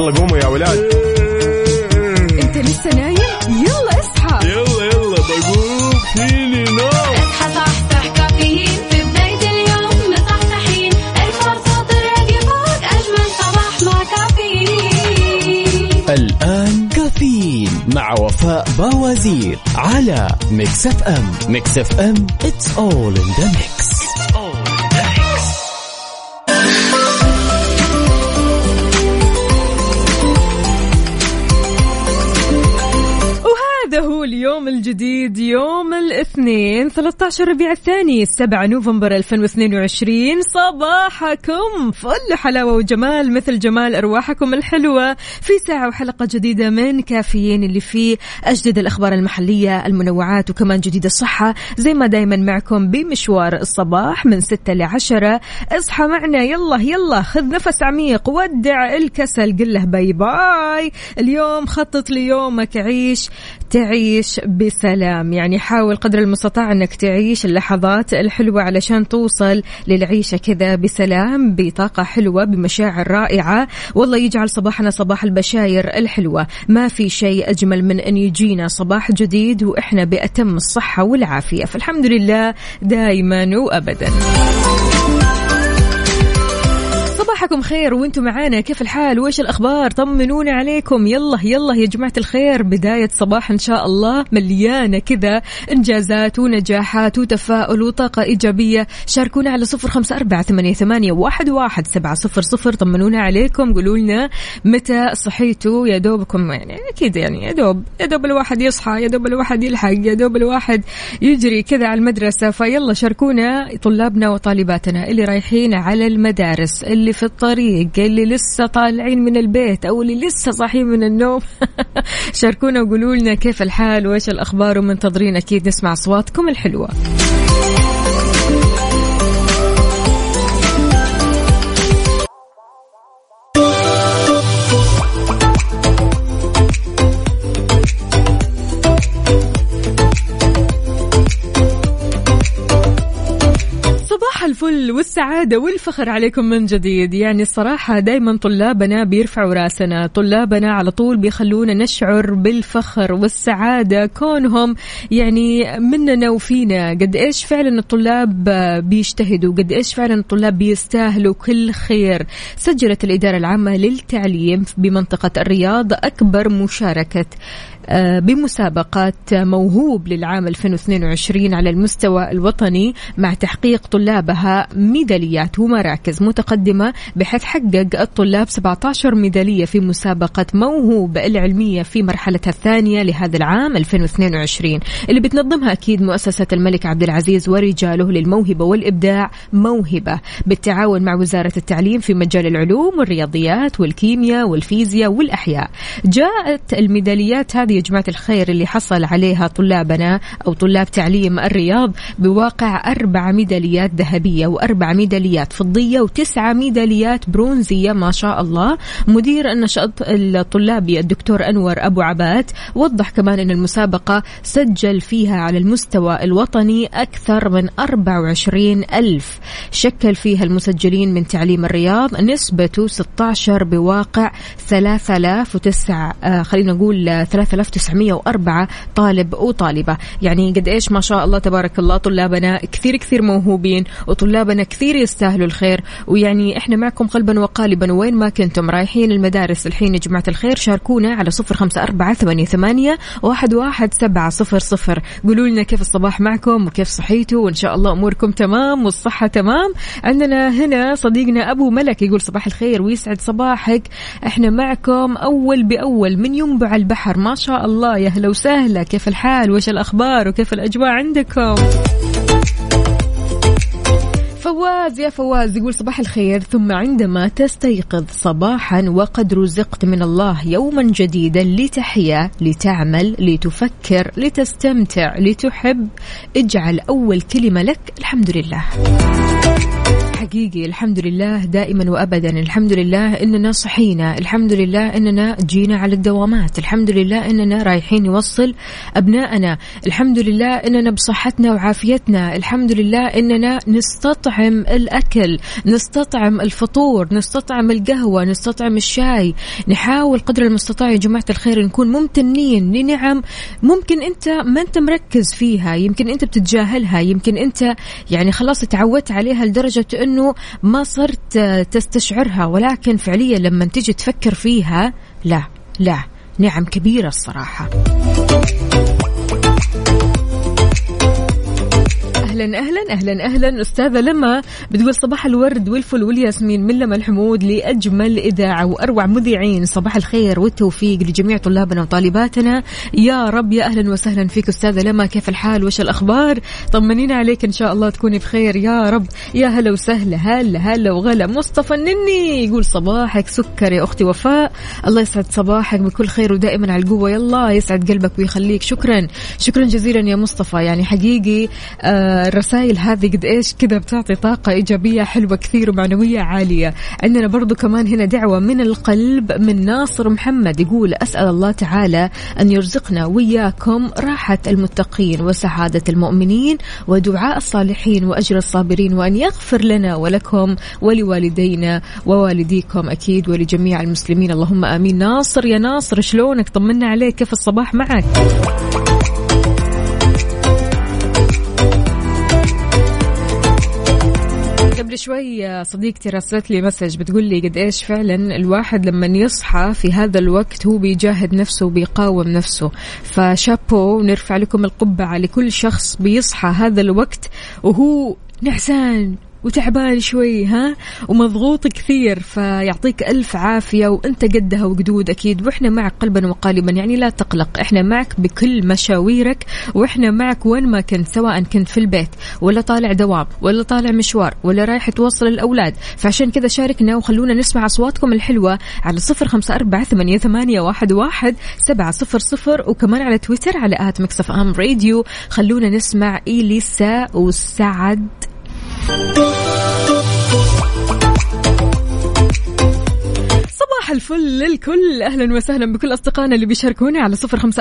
يلا قوموا يا ولاد. انت لسه نايم؟ يلا اصحى. يلا بقوم فيني نوم. اصحى صحصح كافيين في بداية اليوم مصحصحين. الفرصة تراقي فوق أجمل صباح مع كافيين. الآن كافيين مع وفاء باوزير على ميكس اف ام. ميكس اف ام it's all in the mix. هذا هو اليوم الجديد، يوم الاثنين 13 ربيع الثاني 7 نوفمبر 2022. صباحكم فل حلاوة وجمال مثل جمال أرواحكم الحلوة في ساعة وحلقة جديدة من كافيين، اللي فيه أجدد الأخبار المحلية، المنوعات، وكمان جديد الصحة. زي ما دايما معكم بمشوار الصباح من 6 ل 10. اصحى معنا، يلا خذ نفس عميق، ودع الكسل، قل له باي باي. اليوم خطط ليومك، تعيش بسلام. يعني حاول قدر المستطاع أنك تعيش اللحظات الحلوة علشان توصل للعيشة كذا بسلام، بطاقة حلوة، بمشاعر رائعة. والله يجعل صباحنا صباح البشاير الحلوة. ما في شيء أجمل من أن يجينا صباح جديد وإحنا بأتم الصحة والعافية، فالحمد لله دائما وأبدا. صباحكم خير وانتم معانا، كيف الحال وإيش الأخبار؟ طمنونا عليكم. يلا يا جماعة الخير، بداية صباح إن شاء الله مليانة كذا إنجازات ونجاحات وتفاؤل وطاقة إيجابية. شاركونا على 0548811700. طمنونا عليكم، قولوا لنا متى صحيتوا. يا دوبكم يعني أكيد يعني يا دوب الواحد يصحى، يا دوب الواحد يلحق، يا دوب الواحد يجري كذا على المدرسة. فيلا شاركونا طلابنا وطالباتنا اللي رايحين على المدارس، اللي في الطريق، اللي لسه طالعين من البيت أو اللي لسه صاحيين من النوم. شاركونا وقولوا لنا كيف الحال وإيش الأخبار، ومنتظرين أكيد نسمع أصواتكم الحلوة. الفل والسعادة والفخر عليكم من جديد. يعني الصراحة دايما طلابنا بيرفعوا راسنا، طلابنا على طول بيخلونا نشعر بالفخر والسعادة كونهم يعني مننا وفينا. قد إيش فعلا الطلاب بيجتهدوا، قد إيش فعلا الطلاب بيستاهلوا كل خير. سجلت الإدارة العامة للتعليم بمنطقة الرياض أكبر مشاركة بمسابقة موهوب للعام 2022 على المستوى الوطني، مع تحقيق طلابها ميداليات ومراكز متقدمة، بحيث حقق الطلاب 17 ميدالية في مسابقة موهوب العلمية في مرحلتها الثانية لهذا العام 2022، اللي بتنظمها أكيد مؤسسة الملك عبد العزيز ورجاله للموهبة والإبداع، موهبة، بالتعاون مع وزارة التعليم في مجال العلوم والرياضيات والكيمياء والفيزياء والأحياء. جاءت الميداليات هذه يا جماعة الخير اللي حصل عليها طلابنا أو طلاب تعليم الرياض بواقع 4 ميداليات ذهبية و4 ميداليات فضية و9 ميداليات برونزية، ما شاء الله. مدير النشاط الطلابي الدكتور أنور أبو عبات وضح كمان أن المسابقة سجل فيها على المستوى الوطني أكثر من 24,000، شكل فيها المسجلين من تعليم الرياض نسبته 16 بواقع 3,904 طالب وطالبة. يعني قد إيش ما شاء الله تبارك الله، طلابنا كثير موهوبين، وطلابنا كثير يستاهلوا الخير. ويعني إحنا معكم قلبا وقالبا، وين ما كنتم رايحين المدارس الحين يا جماعة الخير، شاركونا على 0548811700. قولوا لنا كيف الصباح معكم وكيف صحيتوا، وإن شاء الله أموركم تمام والصحة تمام. عندنا هنا صديقنا أبو ملك يقول صباح الخير ويسعد صباحك، إحنا معكم أول بأول من ينبع البحر، ما شاء الله. يا هلا وسهلا، كيف الحال وإيش الأخبار وكيف الأجواء عندكم؟ فواز يا فواز يقول صباح الخير، ثم عندما تستيقظ صباحا وقد رزقت من الله يوما جديدا لتحيا، لتعمل، لتفكر، لتستمتع، لتحب، اجعل أول كلمة لك الحمد لله. حقيقي الحمد لله دائما وأبدا، الحمد لله إننا صحينا، الحمد لله إننا جينا على الدوامات، الحمد لله إننا رايحين نوصل أبنائنا، الحمد لله إننا بصحتنا وعافيتنا، الحمد لله إننا نستطعم الأكل، نستطعم الفطور، نستطعم القهوة، نستطعم الشاي. نحاول قدر المستطاع يا جماعة الخير نكون ممتنين لنعم ممكن أنت ما أنت مركز فيها، يمكن أنت بتتجاهلها، يمكن أنت يعني خلاص تعودت عليها لدرجة أنه ما صرت تستشعرها، ولكن فعليا لما تيجي تفكر فيها لا نعم كبيرة الصراحة. أهلا أستاذة لما بتقول صباح الورد والفل والياسمين من لما الحمود لأجمل إذاعة وأروع مذيعين، صباح الخير والتوفيق لجميع طلابنا وطالباتنا يا رب. يا أهلا وسهلا فيك أستاذة لما، كيف الحال وش الأخبار؟ طمنينا عليك إن شاء الله تكوني بخير يا رب. يا هلا وسهلا، هلا وغلا. مصطفى النني يقول صباحك سكر يا أختي وفاء، الله يسعد صباحك بكل خير ودائما على القوة، يلا يسعد قلبك ويخليك. شكرا جزيلا يا مصطفى، يعني حقيقي الرسائل هذه قد إيش كذا بتعطي طاقة إيجابية حلوة كثير ومعنوية عالية. عندنا برضو كمان هنا دعوة من القلب من ناصر محمد، يقول أسأل الله تعالى أن يرزقنا وياكم راحة المتقين وسعادة المؤمنين ودعاء الصالحين وأجر الصابرين، وأن يغفر لنا ولكم ولوالدينا ووالديكم أكيد ولجميع المسلمين، اللهم آمين. ناصر يا ناصر شلونك؟ طمنا عليك، كيف الصباح معك؟ قبل شوي صديقتي راسلت لي مسج بتقول لي قد إيش فعلا الواحد لما يصحى في هذا الوقت هو بيجاهد نفسه وبيقاوم نفسه، فشابو ونرفع لكم القبعة لكل شخص بيصحى هذا الوقت وهو نعسان وتعبان شوي ومضغوط كثير، فيعطيك ألف عافية وأنت قدها وقدود أكيد، وإحنا معك قلبا وقالبا، يعني لا تقلق، إحنا معك بكل مشاويرك، وإحنا معك وين ما كنت، سواء كنت في البيت ولا طالع دوام ولا طالع مشوار ولا رايح توصل الأولاد. فعشان كذا شاركنا وخلونا نسمع أصواتكم الحلوة على 0548811700 وكمان على تويتر على @mixfmradio. خلونا نسمع إليسا وسعد. صباح الفل للكل، أهلا وسهلا بكل أصدقائنا اللي بيشاركوني على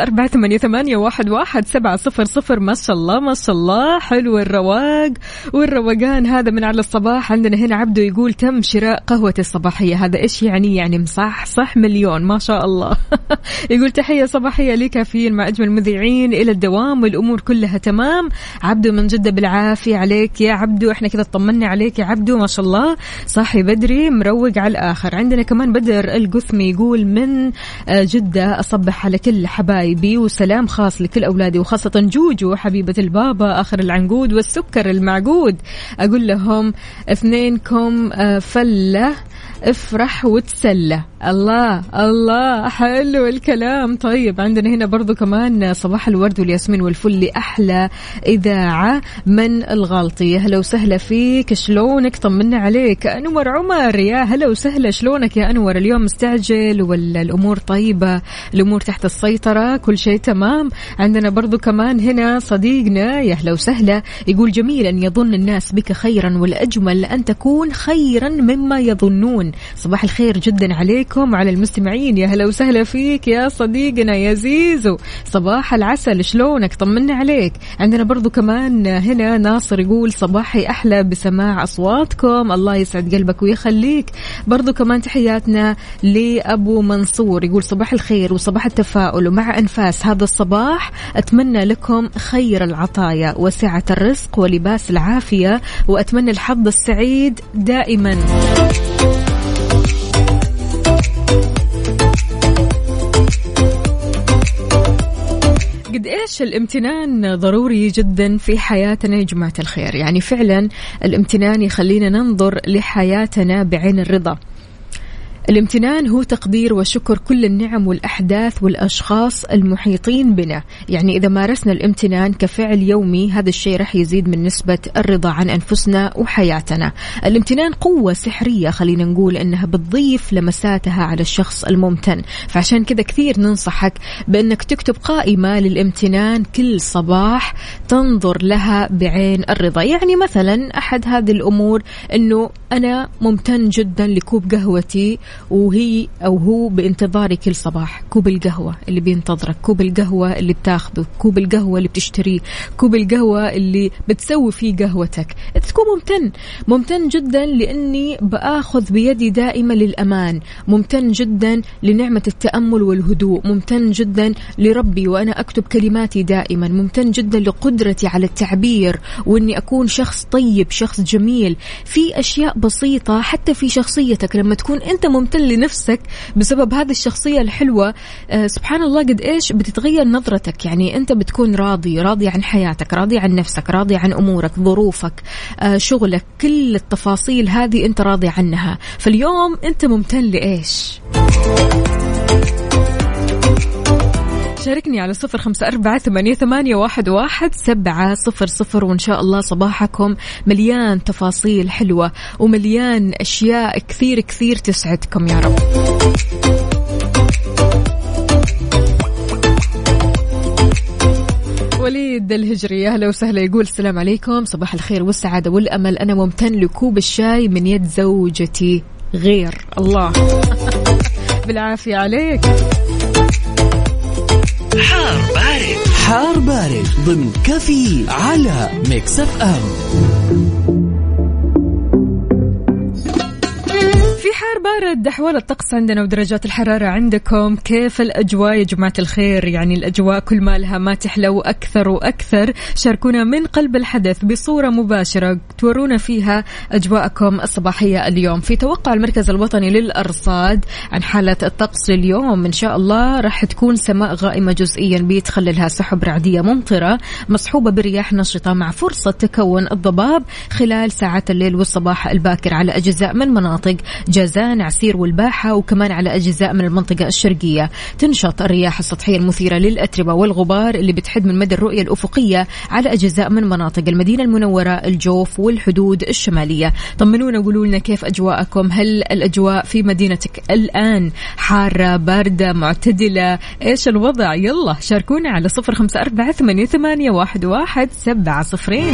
0548811700. ما شاء الله حلو الرواق والروقان هذا من على الصباح. عندنا هنا عبده يقول تم شراء قهوة الصباحية، هذا إيش يعني مصح مليون ما شاء الله. يقول تحية صباحية لي كافيين مع أجمل المذيعين إلى الدوام والأمور كلها تمام. عبده من جدة بالعافية عليك يا عبده، إحنا كذا طمنا عليك يا عبده، ما شاء الله صاحي بدري مروق على الآخر. عندنا كمان بدر القثمي يقول من جدة أصبح على كل حبايبي وسلام خاص لكل أولادي وخاصة جوجو حبيبة البابا آخر العنقود والسكر المعقود، أقول لهم اثنينكم فلة افرح وتسلى. الله حلو الكلام. طيب عندنا هنا برضو كمان صباح الورد والياسمين والفل لأحلى إذاعة من الغالطية، هلا وسهلا فيك، شلونك؟ طمنا عليك. أنور عمر يا هلا وسهلا، شلونك يا أنور؟ اليوم مستعجل ولا الأمور طيبة؟ الأمور تحت السيطرة، كل شيء تمام. عندنا برضو كمان هنا صديقنا يا هلا وسهلا يقول جميل أن يظن الناس بك خيرا والأجمل أن تكون خيرا مما يظنون. صباح الخير جدا عليكم وعلى المستمعين، يا هلا وسهلا فيك يا صديقنا يا زيزو، صباح العسل، شلونك؟ طمنا عليك. عندنا برضو كمان هنا ناصر يقول صباحي أحلى بسماع أصواتكم، الله يسعد قلبك ويخليك. برضو كمان تحياتنا لأبو منصور يقول صباح الخير وصباح التفاؤل ومع أنفاس هذا الصباح أتمنى لكم خير العطايا وسعة الرزق ولباس العافية، وأتمنى الحظ السعيد دائما. قد إيش الامتنان ضروري جدا في حياتنا يا جماعة الخير، يعني فعلا الامتنان يخلينا ننظر لحياتنا بعين الرضا. الامتنان هو تقدير وشكر كل النعم والأحداث والأشخاص المحيطين بنا. يعني إذا مارسنا الامتنان كفعل يومي هذا الشيء رح يزيد من نسبة الرضا عن أنفسنا وحياتنا. الامتنان قوة سحرية، خلينا نقول إنها بتضيف لمساتها على الشخص الممتن. فعشان كذا كثير ننصحك بأنك تكتب قائمة للامتنان كل صباح تنظر لها بعين الرضا. يعني مثلا أحد هذه الأمور إنه أنا ممتن جدا لكوب قهوتي وهي أو هو بانتظاري كل صباح. كوب القهوة اللي بينتظرك، كوب القهوة اللي بتاخذه، كوب القهوة اللي بتشتريه، كوب القهوة اللي بتسوي فيه قهوتك. تكون ممتن جدا لأني بأخذ بيدي دائما للأمان، ممتن جدا لنعمة التأمل والهدوء، ممتن جدا لربي وأنا أكتب كلماتي دائما، ممتن جدا لقدرتي على التعبير وأني أكون شخص طيب، شخص جميل. في أشياء بسيطة حتى في شخصيتك لما تكون أنت ممتن لنفسك بسبب هذه الشخصية الحلوة، سبحان الله قد إيش بتتغير نظرتك. يعني أنت بتكون راضي عن حياتك، راضي عن نفسك، راضي عن أمورك، ظروفك، شغلك، كل التفاصيل هذه أنت راضي عنها. فاليوم أنت ممتن لإيش؟ شاركني على 0548811700 وإن شاء الله صباحكم مليان تفاصيل حلوة ومليان أشياء كثير تسعدكم يا رب. وليد الهجري أهلا وسهلا، يقول السلام عليكم، صباح الخير والسعادة والأمل. أنا ممتن لكوب الشاي من يد زوجتي. غير الله بالعافية عليك. حار بارد ضمن كفي على ميكس اف ام. في حار بارد، أحوال الطقس عندنا ودرجات الحرارة عندكم. كيف الأجواء يا جماعة الخير؟ يعني الأجواء كل ما لها ما تحلو أكثر وأكثر. شاركونا من قلب الحدث بصورة مباشرة، تورونا فيها أجواءكم الصباحية اليوم. في توقع المركز الوطني للأرصاد عن حالة الطقس اليوم إن شاء الله راح تكون سماء غائمة جزئيا بيتخللها سحب رعدية ممطرة مصحوبة برياح نشطة مع فرصة تكون الضباب خلال ساعات الليل والصباح الباكر على أجزاء من مناطق جازان، عسير والباحة، وكمان على أجزاء من المنطقة الشرقية. تنشط الرياح السطحية المثيرة للأتربة والغبار اللي بتحد من مدى الرؤية الأفقية على أجزاء من مناطق المدينة المنورة، الجوف والحدود الشمالية. طمنونا وقولوا لنا كيف أجواءكم. هل الأجواء في مدينتك الآن حارة، باردة، معتدلة؟ إيش الوضع؟ يلا شاركونا على 0548811700.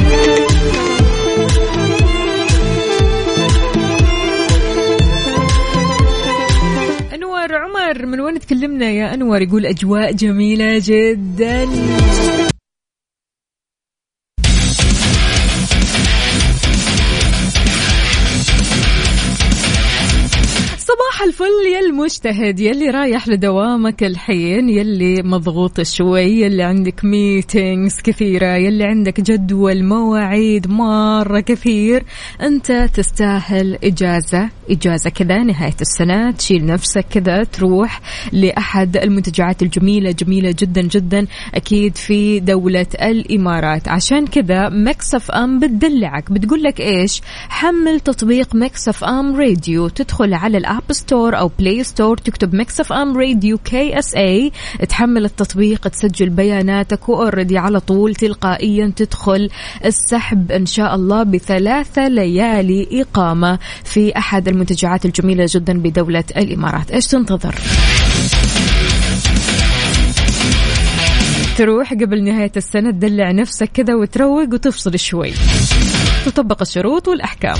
عمر من وين تكلمنا يا أنور؟ يقول أجواء جميلة جدا. صباح الفل يا المجتهد، يلي رايح لدوامك الحين، يلي مضغوط شوي، يلي عندك ميتينجز كثيرة، يلي عندك جدول مواعيد مرة كثير. أنت تستاهل إجازة كذا نهاية السنة، تشيل نفسك كذا، تروح لأحد المنتجعات الجميلة جدا جدا أكيد في دولة الإمارات. عشان كذا ميكس اف ام بتدلعك، بتقولك إيش؟ حمل تطبيق ميكس اف ام راديو، تدخل على الأب ستور أو بلاي ستور، تكتب ميكس اف ام راديو KSA، تحمل التطبيق، تسجل بياناتك، وأوردي على طول تلقائيا تدخل السحب إن شاء الله ب3 ليالي إقامة في أحد المنتجعات الجميلة جدا بدولة الإمارات. إيش تنتظر؟ تروح قبل نهاية السنة تدلع نفسك كذا وتروق وتفصل شوي، تطبق الشروط والأحكام.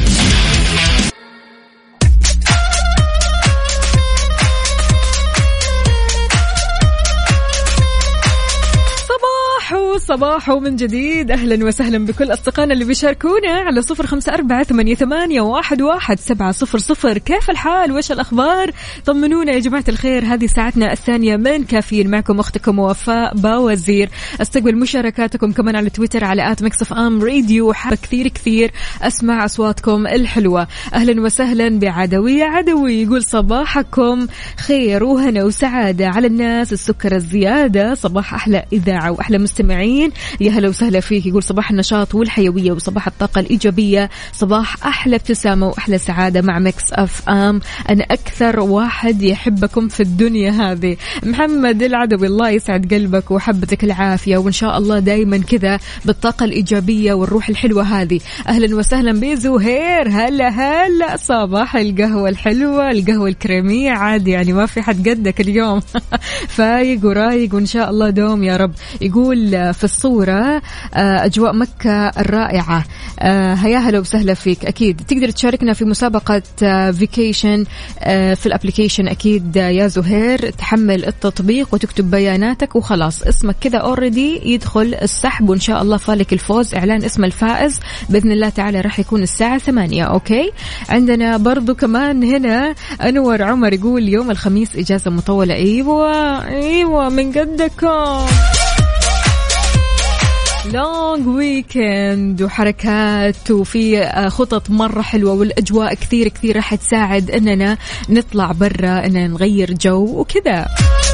صباح من جديد، أهلا وسهلا بكل أصدقائنا اللي بيشاركونا على 0548811700. كيف الحال؟ وش الأخبار؟ طمنونا يا جماعة الخير. هذه ساعتنا الثانية من كافيين، معكم أختكم وفاء باوزير. استقبل مشاركاتكم كمان على تويتر على @mixfmradio، وحابة كثير أسمع أصواتكم الحلوة. أهلا وسهلا بعدوي يقول صباحكم خير وهنا وسعادة على الناس السكر الزيادة. صباح أحلى إذاعة وأحلى مستمعين مستمعين. يا هلا وسهلا فيك. يقول صباح النشاط والحيوية وصباح الطاقة الإيجابية، صباح أحلى ابتسامة وأحلى سعادة مع ميكس أف أم. أنا أكثر واحد يحبكم في الدنيا هذه. محمد العدوي، الله يسعد قلبك وحبتك العافية، وإن شاء الله دايما كذا بالطاقة الإيجابية والروح الحلوة هذه. أهلا وسهلا بزهير. هلا هلا، صباح القهوة الحلوة، القهوة الكريمية عادي يعني ما في حد قدك اليوم. فايق ورايق وإن شاء الله دوم يا رب. يقول في الصورة أجواء مكة الرائعة. هيا هلا وسهلا فيك. أكيد تقدر تشاركنا في مسابقة فيكيشن في الابليكيشن أكيد يا زهير. تحمل التطبيق وتكتب بياناتك وخلاص، اسمك كذا اوريدي يدخل السحب، وإن شاء الله فالك الفوز. إعلان اسم الفائز بإذن الله تعالى راح يكون الساعة 8. أوكي. عندنا برضو كمان هنا أنور عمر يقول يوم الخميس إجازة مطولة. أيوة من قدكم، لونج ويكند وحركات وفي خطط مرة حلوة، والأجواء كثير كثير راح تساعد أننا نطلع برا، أننا نغير جو وكذا.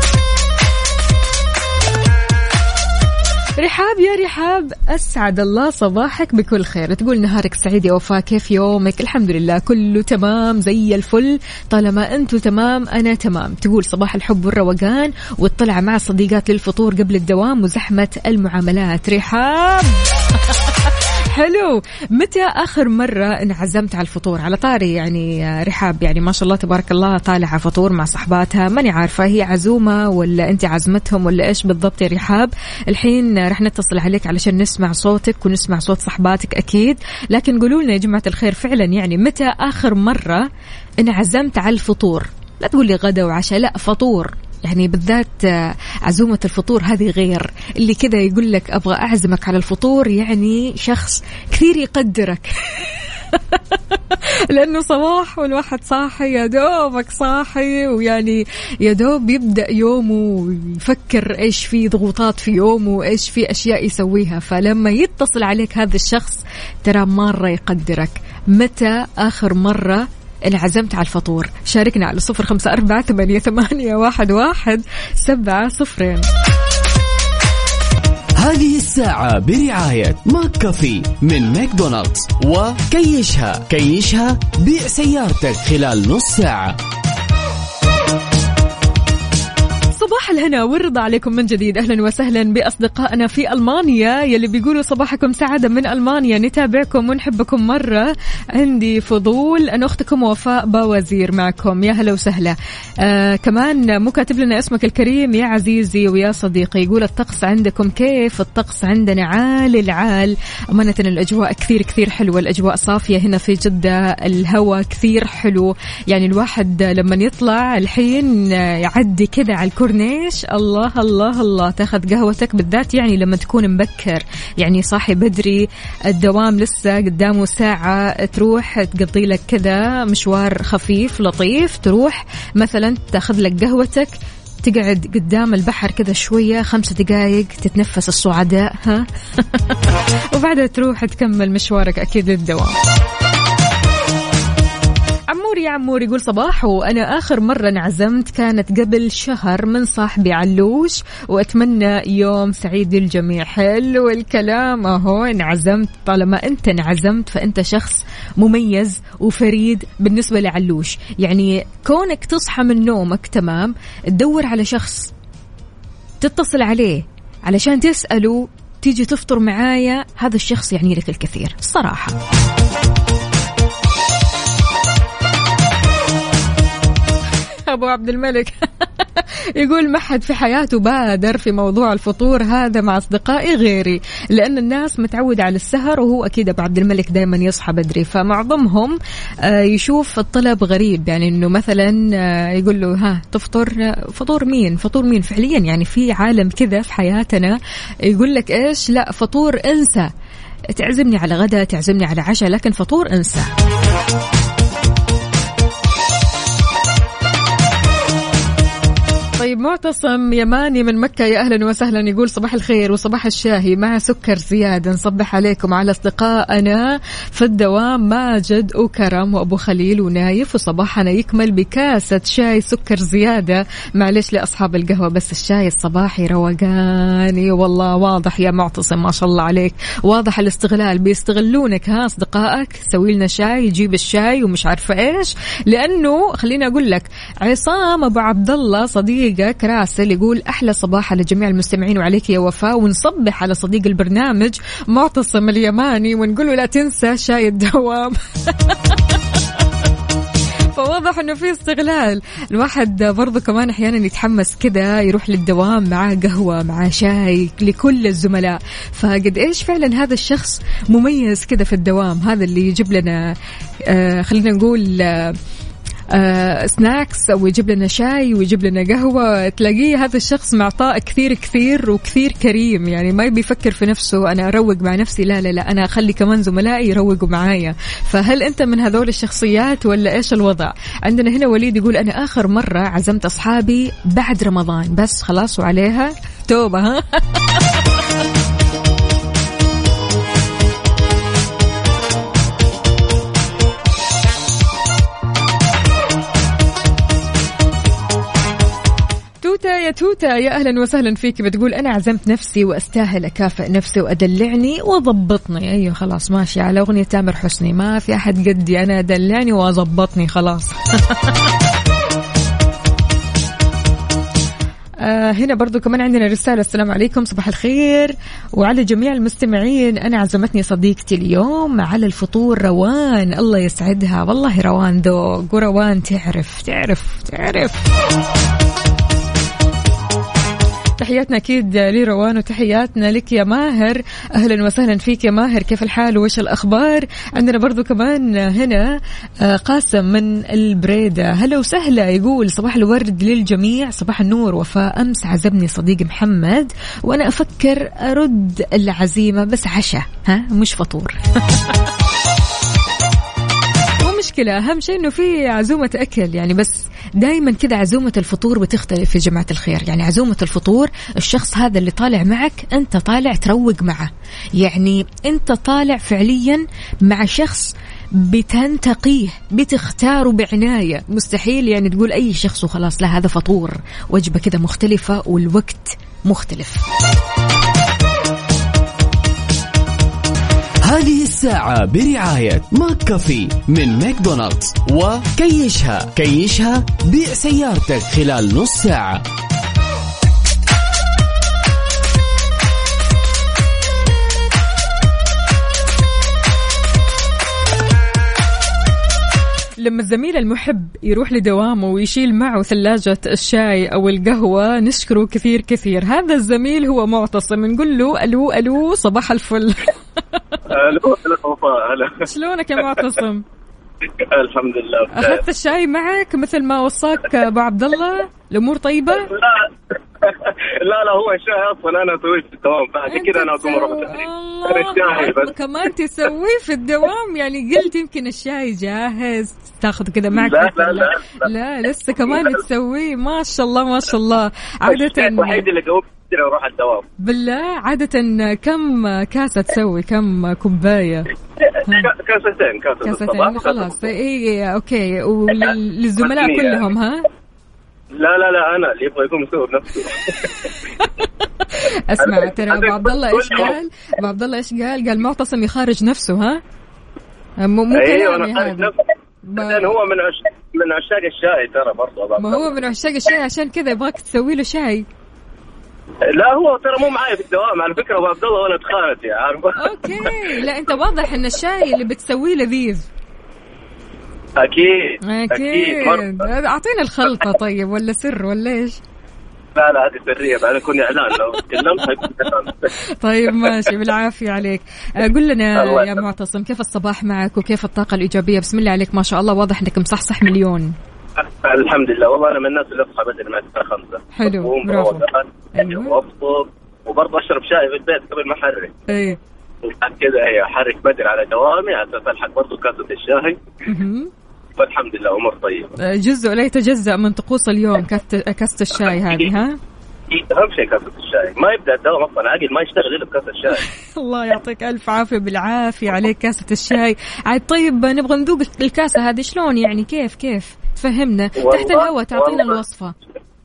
رحاب، يا رحاب أسعد الله صباحك بكل خير. تقول نهارك سعيد يا وفاء، كيف يومك؟ الحمد لله كله تمام زي الفل، طالما أنتوا تمام أنا تمام. تقول صباح الحب والروقان والطلعة مع الصديقات للفطور قبل الدوام وزحمة المعاملات. رحاب حلو. متى آخر مرة انعزمت على الفطور؟ على طاري يعني رحاب، يعني ما شاء الله تبارك الله طالعة فطور مع صحباتها، ماني عارفة هي عزومة ولا أنت عزمتهم ولا إيش بالضبط يا رحاب. الحين رح نتصل عليك علشان نسمع صوتك ونسمع صوت صحباتك أكيد، لكن قولوا لنا يا جماعة الخير فعلا يعني متى آخر مرة انعزمت على الفطور؟ لا تقول لي غدا وعشاء، لا فطور، يعني بالذات عزومة الفطور هذه غير. اللي كذا يقول لك أبغى أعزمك على الفطور يعني شخص كثير يقدرك. لأنه صباح والواحد صاحي يا دوبك صاحي، ويعني يا دوب يبدأ يومه ويفكر إيش في ضغوطات في يومه وإيش في أشياء يسويها. فلما يتصل عليك هذا الشخص ترى مرة يقدرك. متى آخر مرة انعزمت على الفطور؟ شاركنا على 0548811700. هذه الساعة برعاية ماك كافي من ماكدونالدز وكيشها. كيشها بيع سيارتك خلال نص ساعة. صباح الهنا والرضا عليكم من جديد. أهلا وسهلا بأصدقائنا في ألمانيا يلي بيقولوا صباحكم سعادة من ألمانيا. نتابعكم ونحبكم مرة. عندي فضول أن أختكم وفاء باوزير معكم. يا هلا وسهلا. كمان مكاتب لنا اسمك الكريم يا عزيزي ويا صديقي. يقول الطقس عندكم كيف؟ الطقس عندنا عال العال أمانة. الأجواء كثير كثير حلوة، الأجواء صافية هنا في جدة، الهواء كثير حلو. يعني الواحد لما يطلع الحين يعدي كذا على الكورنيش، الله الله الله، تاخذ قهوتك بالذات يعني لما تكون مبكر، يعني صاحي بدري، الدوام لسه قدامه ساعة، تروح تقضي لك كذا مشوار خفيف لطيف، تروح مثلا تاخذ لك قهوتك، تقعد قدام البحر كذا شوية 5 دقايق تتنفس الصعداء ها. وبعدها تروح تكمل مشوارك أكيد للدوام. عموري يا عموري يقول صباح، وأنا آخر مرة انعزمت كانت قبل شهر من صاحبي علوش، وأتمنى يوم سعيد للجميع. حلو الكلام أهو. انعزمت، طالما أنت انعزمت فأنت شخص مميز وفريد بالنسبة لعلوش. يعني كونك تصحى من نومك تمام تدور على شخص تتصل عليه علشان تسأله تيجي تفطر معايا، هذا الشخص يعني لك الكثير الصراحة. أبو عبد الملك يقول ما حد في حياته بادر في موضوع الفطور هذا مع أصدقائي غيري، لأن الناس متعودة على السهر، وهو أكيد أبو عبد الملك دايما يصحى بدري، فمعظمهم يشوف الطلب غريب. يعني إنه مثلا يقول له ها تفطر، فطور مين؟ فطور مين فعليا؟ يعني في عالم كذا في حياتنا يقول لك إيش، لا فطور انسى، تعزمني على غدا، تعزمني على عشاء، لكن فطور انسى. طيب معتصم يماني من مكة، يا أهلا وسهلا، يقول صباح الخير وصباح الشاهي مع سكر زيادة، نصبح عليكم على أصدقائنا في الدوام ماجد وكرم وأبو خليل ونايف، وصباحنا يكمل بكاسة شاي سكر زيادة، معلش لأصحاب القهوة بس الشاي الصباحي روقاني والله. واضح يا معتصم ما شاء الله عليك، واضح الاستغلال، بيستغلونك ها أصدقائك، سوي لنا شاي، يجيب الشاي ومش عارفة إيش. لأنه خليني أقول لك عصام أبو عبد الله صديقك راسل يقول أحلى صباح على جميع المستمعين وعليك يا وفاء، ونصبح على صديق البرنامج معتصم اليماني ونقول له لا تنسى شاي الدوام. فواضح انه في استغلال. الواحد برضو كمان احيانا يتحمس كذا يروح للدوام معاه قهوة معاه شاي لكل الزملاء، فقد ايش فعلا هذا الشخص مميز كذا في الدوام، هذا اللي يجيب لنا خلينا نقول سناكس أو يجيب لنا شاي ويجيب لنا قهوة، تلاقيه هذا الشخص معطاء كثير كثير وكثير كريم، يعني ما بيفكر في نفسه أنا أروق مع نفسي، لا لا لا أنا أخلي كمان زملائي يروقوا معايا. فهل أنت من هذول الشخصيات ولا إيش الوضع؟ عندنا هنا وليد يقول أنا آخر مرة عزمت أصحابي بعد رمضان بس خلاص وعليها توبة ها. يا توتا يا أهلا وسهلا فيك، بتقول أنا عزمت نفسي وأستاهل أكافئ نفسي وأدلعني وضبطني. أيوة خلاص ماشي على أغنية تامر حسني، ما في أحد قدي أنا دلعني وضبطني خلاص. هنا برضو كمان عندنا رسالة، السلام عليكم صباح الخير وعلى جميع المستمعين، أنا عزمتني صديقتي اليوم على الفطور روان، الله يسعدها والله، روان ذوق وروان تعرف. تحياتنا أكيد لروان وتحياتنا لك يا ماهر، أهلا وسهلا فيك يا ماهر، كيف الحال وإيش الأخبار؟ عندنا برضو كمان هنا قاسم من البريدة، هلا وسهلا، يقول صباح الورد للجميع، صباح النور وفاء، أمس عزمني صديق محمد وأنا أفكر أرد العزيمة بس عشاء ها مش فطور. مشكلة، أهم شيء إنه في عزومة أكل يعني، بس دايما كذا عزومة الفطور بتختلف يا جماعة الخير، يعني عزومة الفطور الشخص هذا اللي طالع معك أنت طالع تروق معه، يعني أنت طالع فعليا مع شخص بتنتقيه بتختاره بعناية، مستحيل يعني تقول أي شخص وخلاص، لا هذا فطور، وجبة كذا مختلفة والوقت مختلف. هذه الساعة برعاية ماك كافي من ماكدونالدز، وكيشها بيع سيارتك خلال نص ساعة. لما الزميل المحب يروح لدوامه ويشيل معه ثلاجة الشاي أو القهوة نشكره كثير كثير، هذا الزميل هو معتصم، نقول له ألو ألو صباح الفل. ألو هلا، شلونك يا معتصم؟ الحمد لله. أخذت الشاي معك مثل ما وصاك أبو عبد الله؟ الأمور طيبة؟ لا هو الشاي أصلا أنا أسويه في الدوام، فعشان كذا أنا أقوم أروح الشاي بس. كمان تسويه في الدوام يعني، قلت يمكن الشاي جاهز تاخذ كذا معك. لا لسه كمان تسويه، ما شاء الله ما شاء الله. عادة الوحيد اللي قوم أروح الدوام. بالله عادة كم كاسة تسوي، كم كوباية؟ كاستين خلاص. إيه أوكي، وللزملاء كلهم ها؟ لا أنا اللي يبغى يكون يسوي بنفسه. اسمع ترى أبو عبد الله إيش قال؟ أبو عبد الله إيش قال؟ قال معتصم يخارج نفسه ها؟ مو كلامي هذا. لأن هو من عشاق الشاي ترى برضه. ما هو من عشاق الشاي عشان كذا يبغاك تسوي له شاي. لا هو ترى مو معايا في الدوام على فكرة، أبو عبد الله وأنا اتخانت يا عارفة. أوكي لا أنت واضح إن الشاي اللي بتسويه لذيذ. أكيد أعطينا الخلطة طيب، ولا سر ولا إيش؟ لا هذه سرية، بعد يكون إعلان لو تكلمت. طيب ماشي بالعافية عليك. قل لنا يا معتصم كيف الصباح معك وكيف الطاقة الإيجابية؟ بسم الله عليك ما شاء الله، واضح إنك مصحصح مليون. الحمد لله، والله أنا من الناس اللي أصحى بدري مع الساعة 5. حلو برافو. وأفطر وبرضه أشرب شاي في البيت قبل ما أحرك. إيه كذا هي أحرك بدري على دوامي على أساس ألحق برضه كاسة الشاي. والحمد لله أمور طيبة. جزء لا يتجزأ من طقوس اليوم كاسة الشاي هذه، ها؟ أهم شيء كاسة الشاي، ما يبدأ الدوام أصلا عاقل ما يشتغل إلا بكاسة الشاي. الله يعطيك ألف عافية بالعافية عليك كاسة الشاي. عاد طيب نبغى نذوق الكاسة هذه شلون يعني؟ كيف تفهمنا تحت الهواء؟ تعطينا الوصفة.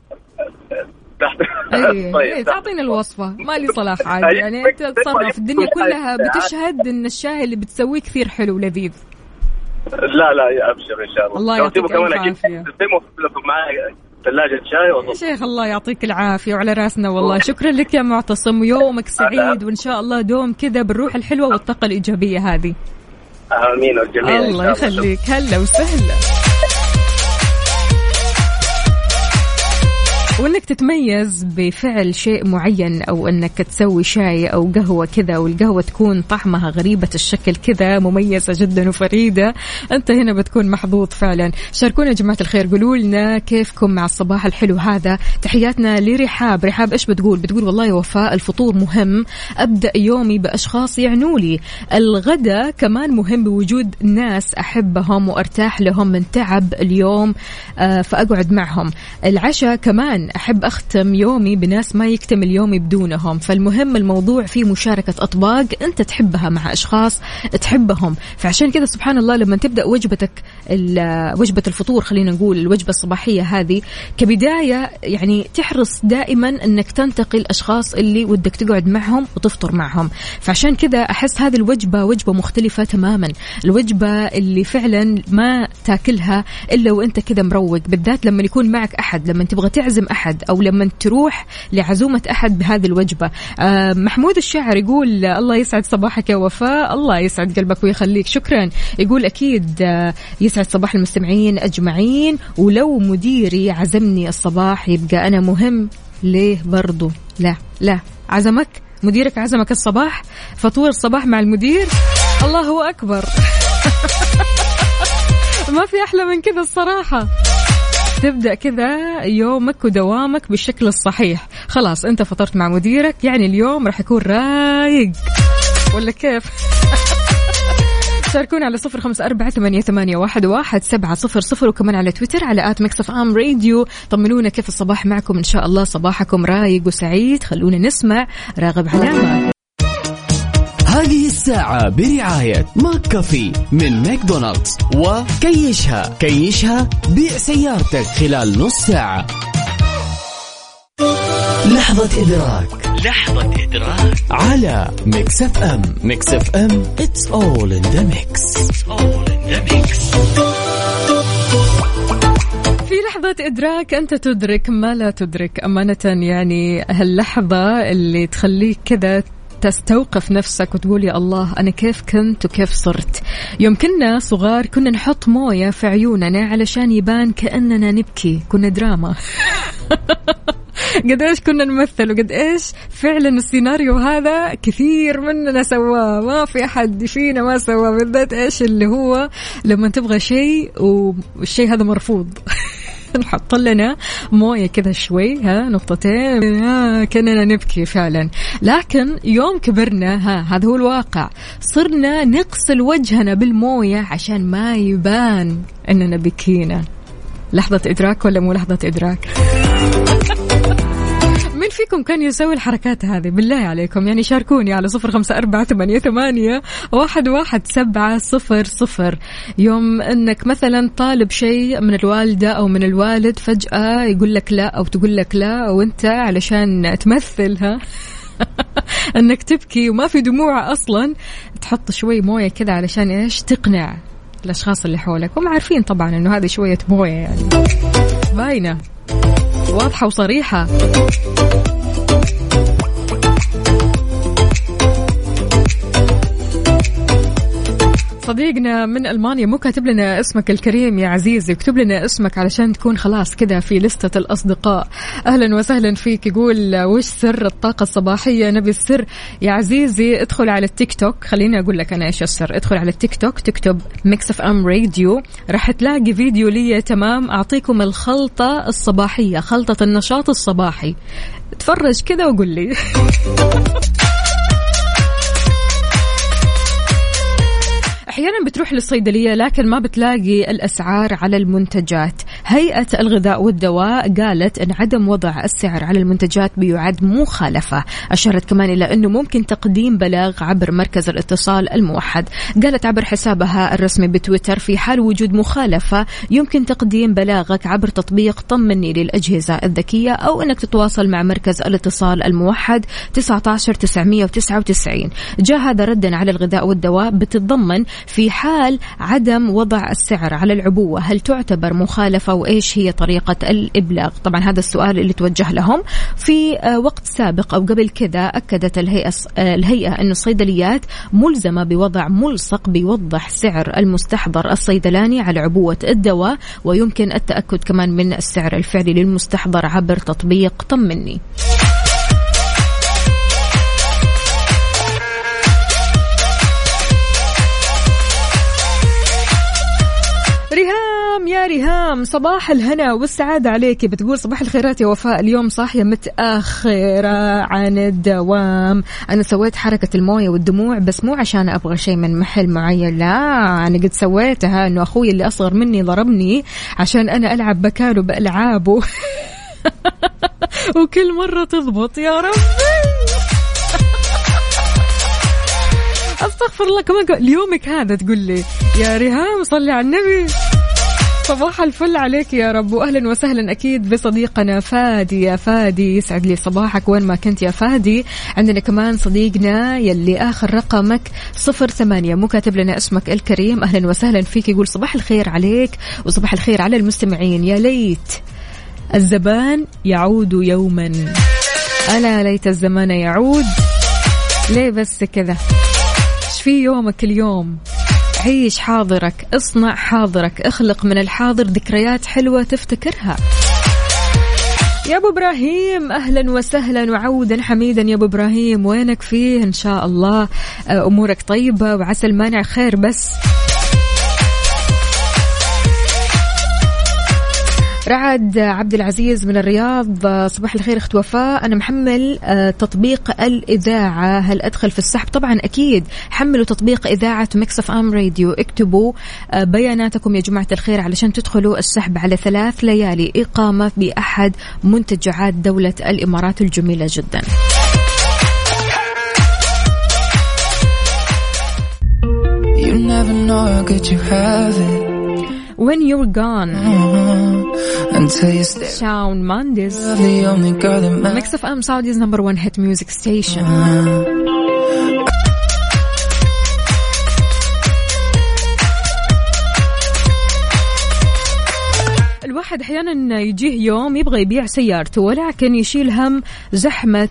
طيب تعطينا الوصفة، ما لي صلاح عادي يعني، أنت تصرف. الدنيا كلها بتشهد إن الشاي اللي بتسويه كثير حلو ولذيذ. لا يا أبشر إن شاء الله. الله يعطيك الف عافية. معايا ثلاجة شاي يا شيخ الله يعطيك العافية وعلى راسنا والله. شكرا لك يا معتصم، ويومك سعيد وإن شاء الله دوم كذا بالروح الحلوة والطاقة الإيجابية هذه. آمين والجميع. الله يخليك، هلا وسهلا. وانك تتميز بفعل شيء معين، او انك تسوي شاي او قهوة كذا والقهوة تكون طعمها غريبة الشكل كذا، مميزة جدا وفريدة، انت هنا بتكون محظوظ فعلا. شاركونا يا جماعة الخير، قولوا لنا كيفكم مع الصباح الحلو هذا. تحياتنا لرحاب. رحاب ايش بتقول والله يا وفاء الفطور مهم، ابدأ يومي باشخاص يعنولي. الغداء كمان مهم بوجود ناس احبهم وارتاح لهم من تعب اليوم فاقعد معهم. العشاء كمان أحب أختم يومي بناس ما يكتمل يومي بدونهم. فالمهم الموضوع فيه مشاركة أطباق أنت تحبها مع أشخاص تحبهم. فعشان كذا سبحان الله لما تبدأ وجبتك وجبة الفطور، خلينا نقول الوجبة الصباحية هذه كبداية، يعني تحرص دائما أنك تنتقي الأشخاص اللي ودك تقعد معهم وتفطر معهم. فعشان كذا أحس هذه الوجبة وجبة مختلفة تماما، الوجبة اللي فعلا ما تاكلها إلا وأنت كذا مروق، بالذات لما يكون معك أحد، لما تبغى تعزم أحد أو لما تروح لعزومة أحد بهذه الوجبة. محمود الشاعر يقول الله يسعد صباحك يا وفاء، الله يسعد قلبك ويخليك، شكرا. يقول أكيد يسعد صباح المستمعين أجمعين، ولو مديري عزمني الصباح يبقى أنا مهم ليه برضو؟ لا عزمك مديرك، عزمك الصباح، فطور الصباح مع المدير، الله أكبر. ما في أحلى من كذا الصراحة. تبدأ كذا يومك ودوامك بالشكل الصحيح. خلاص أنت فطرت مع مديرك، يعني اليوم راح يكون رايق ولا كيف؟ شاركونا على 0548811700 وكمان على تويتر على @mixfmradio. طمنونا كيف الصباح معكم، إن شاء الله صباحكم رايق وسعيد. خلونا نسمع راغب علامة. هذه الساعة برعاية ماك كافي من ماكدونالدز، وكيشها بيع سيارتك خلال نص ساعة. لحظة إدراك على ميكس اف ام. ميكس اف ام it's all in the mix. في لحظة إدراك أنت تدرك ما لا تدرك أمانة، يعني هاللحظة اللي تخليك كذا تستوقف نفسك وتقول يا الله أنا كيف كنت وكيف صرت. يوم كنا صغار كنا نحط موية في عيوننا علشان يبان كأننا نبكي، كنا دراما. قد إيش كنا نمثل، وقد إيش فعلا السيناريو هذا كثير مننا سواه، ما في أحد فينا ما سواه، بالذات إيش اللي هو لما تبغى شيء والشيء هذا مرفوض. نحط لنا موية كذا شوي، نقطتين، كأننا نبكي فعلا. لكن يوم كبرنا هذا هو الواقع، صرنا نغسل وجهنا بالموية عشان ما يبان أننا بكينا. لحظة إدراك ولا مو لحظة إدراك؟ مين فيكم كان يسوي الحركات هذه بالله عليكم؟ يعني شاركوني على 0548811700. يوم أنك مثلا طالب شيء من الوالدة أو من الوالد، فجأة يقول لك لا أو تقول لك لا، وانت علشان تمثلها أنك تبكي وما في دموع أصلا، تحط شوي موية كذا علشان إيش؟ تقنع الأشخاص اللي حولك، هم عارفين طبعا أنه هذه شوية موية، يعني باينة واضحة وصريحة. صديقنا من ألمانيا مو كاتب لنا اسمك الكريم يا عزيزي، اكتب لنا اسمك علشان تكون خلاص كذا في لستة الأصدقاء. أهلا وسهلا فيك. يقول وش سر الطاقة الصباحية؟ نبي السر يا عزيزي. ادخل على التيك توك، خليني أقول لك أنا إيش السر. ادخل على التيك توك، تكتب ميكس اف ام راديو، راح تلاقي فيديو لي تمام أعطيكم الخلطة الصباحية، خلطة النشاط الصباحي. تفرج كذا وقول لي. أحيانا بتروح للصيدلية لكن ما بتلاقي الأسعار على المنتجات. هيئة الغذاء والدواء قالت أن عدم وضع السعر على المنتجات بيعد مخالفة. أشارت كمان إلى أنه ممكن تقديم بلاغ عبر مركز الاتصال الموحد. قالت عبر حسابها الرسمي بتويتر في حال وجود مخالفة يمكن تقديم بلاغك عبر تطبيق طمني للأجهزة الذكية أو أنك تتواصل مع مركز الاتصال الموحد 19999. جاء هذا ردا على الغذاء والدواء. بتتضمن في حال عدم وضع السعر على العبوة هل تعتبر مخالفة وإيش هي طريقة الإبلاغ؟ طبعا هذا السؤال اللي توجه لهم. في وقت سابق أو قبل كذا أكدت الهيئة أن الصيدليات ملزمة بوضع ملصق بيوضح سعر المستحضر الصيدلاني على عبوة الدواء، ويمكن التأكد كمان من السعر الفعلي للمستحضر عبر تطبيق طمني. ريهام، يا ريهام صباح الهنا والسعادة عليك. بتقول صباح الخيرات يا وفاء، اليوم صاحية متأخرة عن الدوام. أنا سويت حركة الموية والدموع بس مو عشان أبغى شيء من محل معين، لا أنا قد سويتها إنه أخوي اللي أصغر مني ضربني عشان أنا ألعب مكانه بألعابه وكل مرة تضبط يا رب. أستغفر الله. كمان ليومك هذا تقول لي يا ريهام صلي على النبي. صباح الفل عليك يا رب، وأهلا وسهلا أكيد بصديقنا فادي. يا فادي يسعد لي صباحك وين ما كنت يا فادي. عندنا كمان صديقنا يلي آخر رقمك 08 مو كاتب لنا اسمك الكريم، أهلا وسهلا فيك. يقول صباح الخير عليك وصباح الخير على المستمعين. يا ليت الزمان يعود يوما، ألا ليت الزمان يعود. ليه بس كذا؟ في يومك اليوم، عيش حاضرك، اصنع حاضرك، اخلق من الحاضر ذكريات حلوة تفتكرها. يا أبو إبراهيم أهلا وسهلا وعودا حميدا. يا أبو إبراهيم وينك فيه؟ إن شاء الله أمورك طيبة وعسى المانع خير. بس رعد عبد العزيز من الرياض، صباح الخير اخت وفاء، انا محمل تطبيق الاذاعه، هل ادخل في السحب؟ طبعا اكيد حملوا تطبيق اذاعه ميكس اف ام راديو، اكتبوا بياناتكم يا جماعه الخير علشان تدخلوا السحب على 3 ليالي اقامه باحد منتجعات دوله الامارات الجميله جدا. You never know how good you have it when you're gone. Until you stay. Shawn Mendes. The only girl that matters. Mix FM Saudi's #1 hit music station. الواحد أحيانا يجيه يوم يبغى يبيع سيارته ولكن يشيل هم زحمة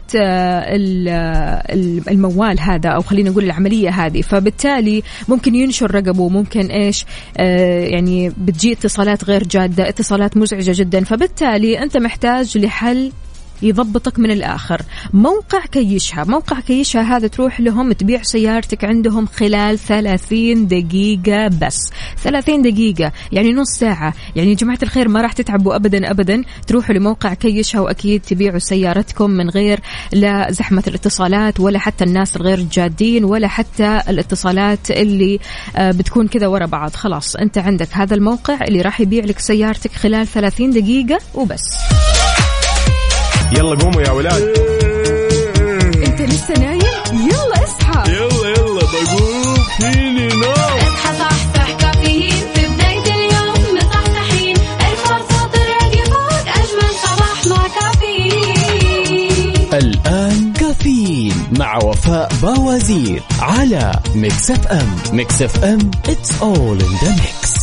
الموال هذا أو خلينا نقول العملية هذه، فبالتالي ممكن ينشر رقبه، ممكن إيش يعني بتجي اتصالات غير جادة، اتصالات مزعجة جدا، فبالتالي أنت محتاج لحل يضبطك من الآخر. موقع كيشها، موقع كيشها هذا تروح لهم تبيع سيارتك عندهم خلال 30 دقيقة بس. 30 دقيقة يعني نص ساعة، يعني جماعة الخير ما راح تتعبوا أبدا أبدا. تروحوا لموقع كيشها وأكيد تبيعوا سيارتكم من غير لا زحمة الاتصالات ولا حتى الناس الغير جادين ولا حتى الاتصالات اللي بتكون كذا ورا بعض. خلاص أنت عندك هذا الموقع اللي راح يبيع لك سيارتك خلال 30 دقيقة وبس. يلا قوموا يا ولاد. انت لسه نايم؟ يلا اصحى. يلا بقوم فيني نوم. اصحى صحصح كافيين في بداية اليوم مصحصحين، الفرصة تراك فوق أجمل صباح مع كافيين. الآن كافيين مع وفاء باوزير على ميكس اف ام. ميكس اف ام it's all in the mix.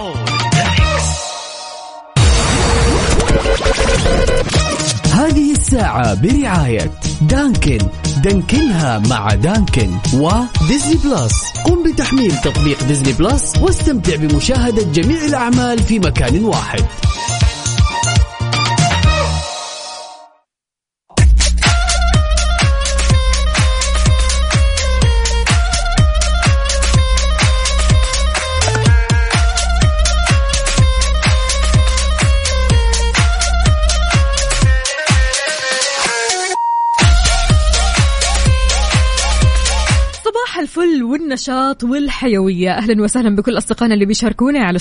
هذه الساعة برعاية دانكن، دانكنها مع دانكن، وديزني بلس. قم بتحميل تطبيق ديزني بلس واستمتع بمشاهدة جميع الأعمال في مكان واحد. الفل والنشاط والحيوية. أهلا وسهلا بكل أصدقائنا اللي بيشاركونا على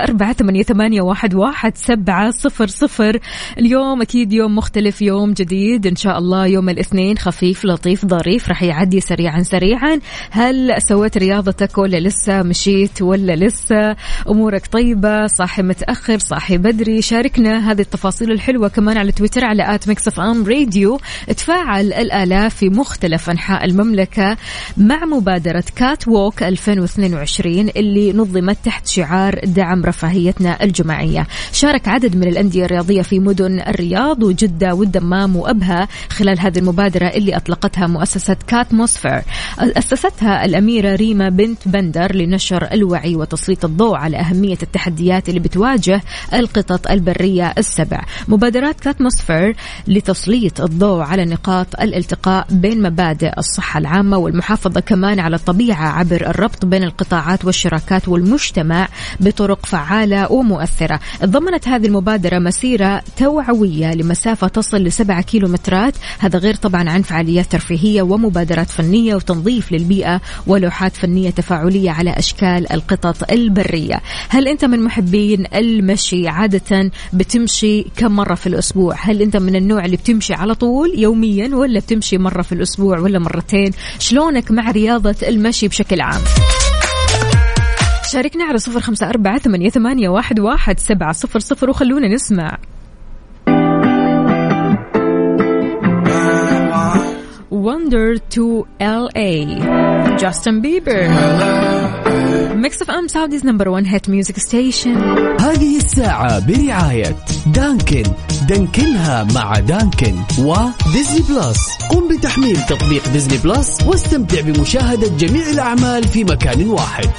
0548811700. اليوم أكيد يوم مختلف، يوم جديد إن شاء الله، يوم الاثنين خفيف لطيف ظريف رح يعدي سريعا سريعا. هل سويت رياضتك ولا لسه؟ مشيت ولا لسه؟ أمورك طيبة؟ صاحي متأخر؟ صاحي بدري؟ شاركنا هذه التفاصيل الحلوة كمان على تويتر على @mixfmradio. تفاعل الآلاف في مختلف أنحاء المملكة مع مبادرة كات ووك 2022 اللي نظمت تحت شعار دعم رفاهيتنا الجماعية. شارك عدد من الأندية الرياضية في مدن الرياض وجدة والدمام وأبها خلال هذه المبادرة اللي أطلقتها مؤسسة كاتموسفير. أسستها الأميرة ريما بنت بندر لنشر الوعي وتسليط الضوء على أهمية التحديات اللي بتواجه القطط البرية السبع. مبادرات كاتموسفير لتسليط الضوء على نقاط الالتقاء بين مبادئ الصحة العامة والمحافظة كمان على الطبيعة عبر الربط بين القطاعات والشراكات والمجتمع بطرق فعالة ومؤثرة. ضمنت هذه المبادرة مسيرة توعوية لمسافة تصل ل7 كيلومترات، هذا غير طبعا عن فعاليات ترفيهية ومبادرات فنية وتنظيف للبيئة ولوحات فنية تفاعلية على أشكال القطط البرية. هل أنت من محبين المشي؟ عادة بتمشي كم مرة في الأسبوع؟ هل أنت من النوع اللي بتمشي على طول يوميا ولا بتمشي مرة في الأسبوع ولا مرتين؟ شلونك مع رياضة المشي بشكل عام؟ شاركنا على 0548811700 وخلونا نسمع Wonder to LA Justin Bieber. Mix of Saudi's #1 hit music station. هذه الساعة برعاية دانكن، دانكنها مع دانكن وديزني بلس. قم بتحميل تطبيق ديزني بلس واستمتع بمشاهدة جميع الأعمال في مكان واحد.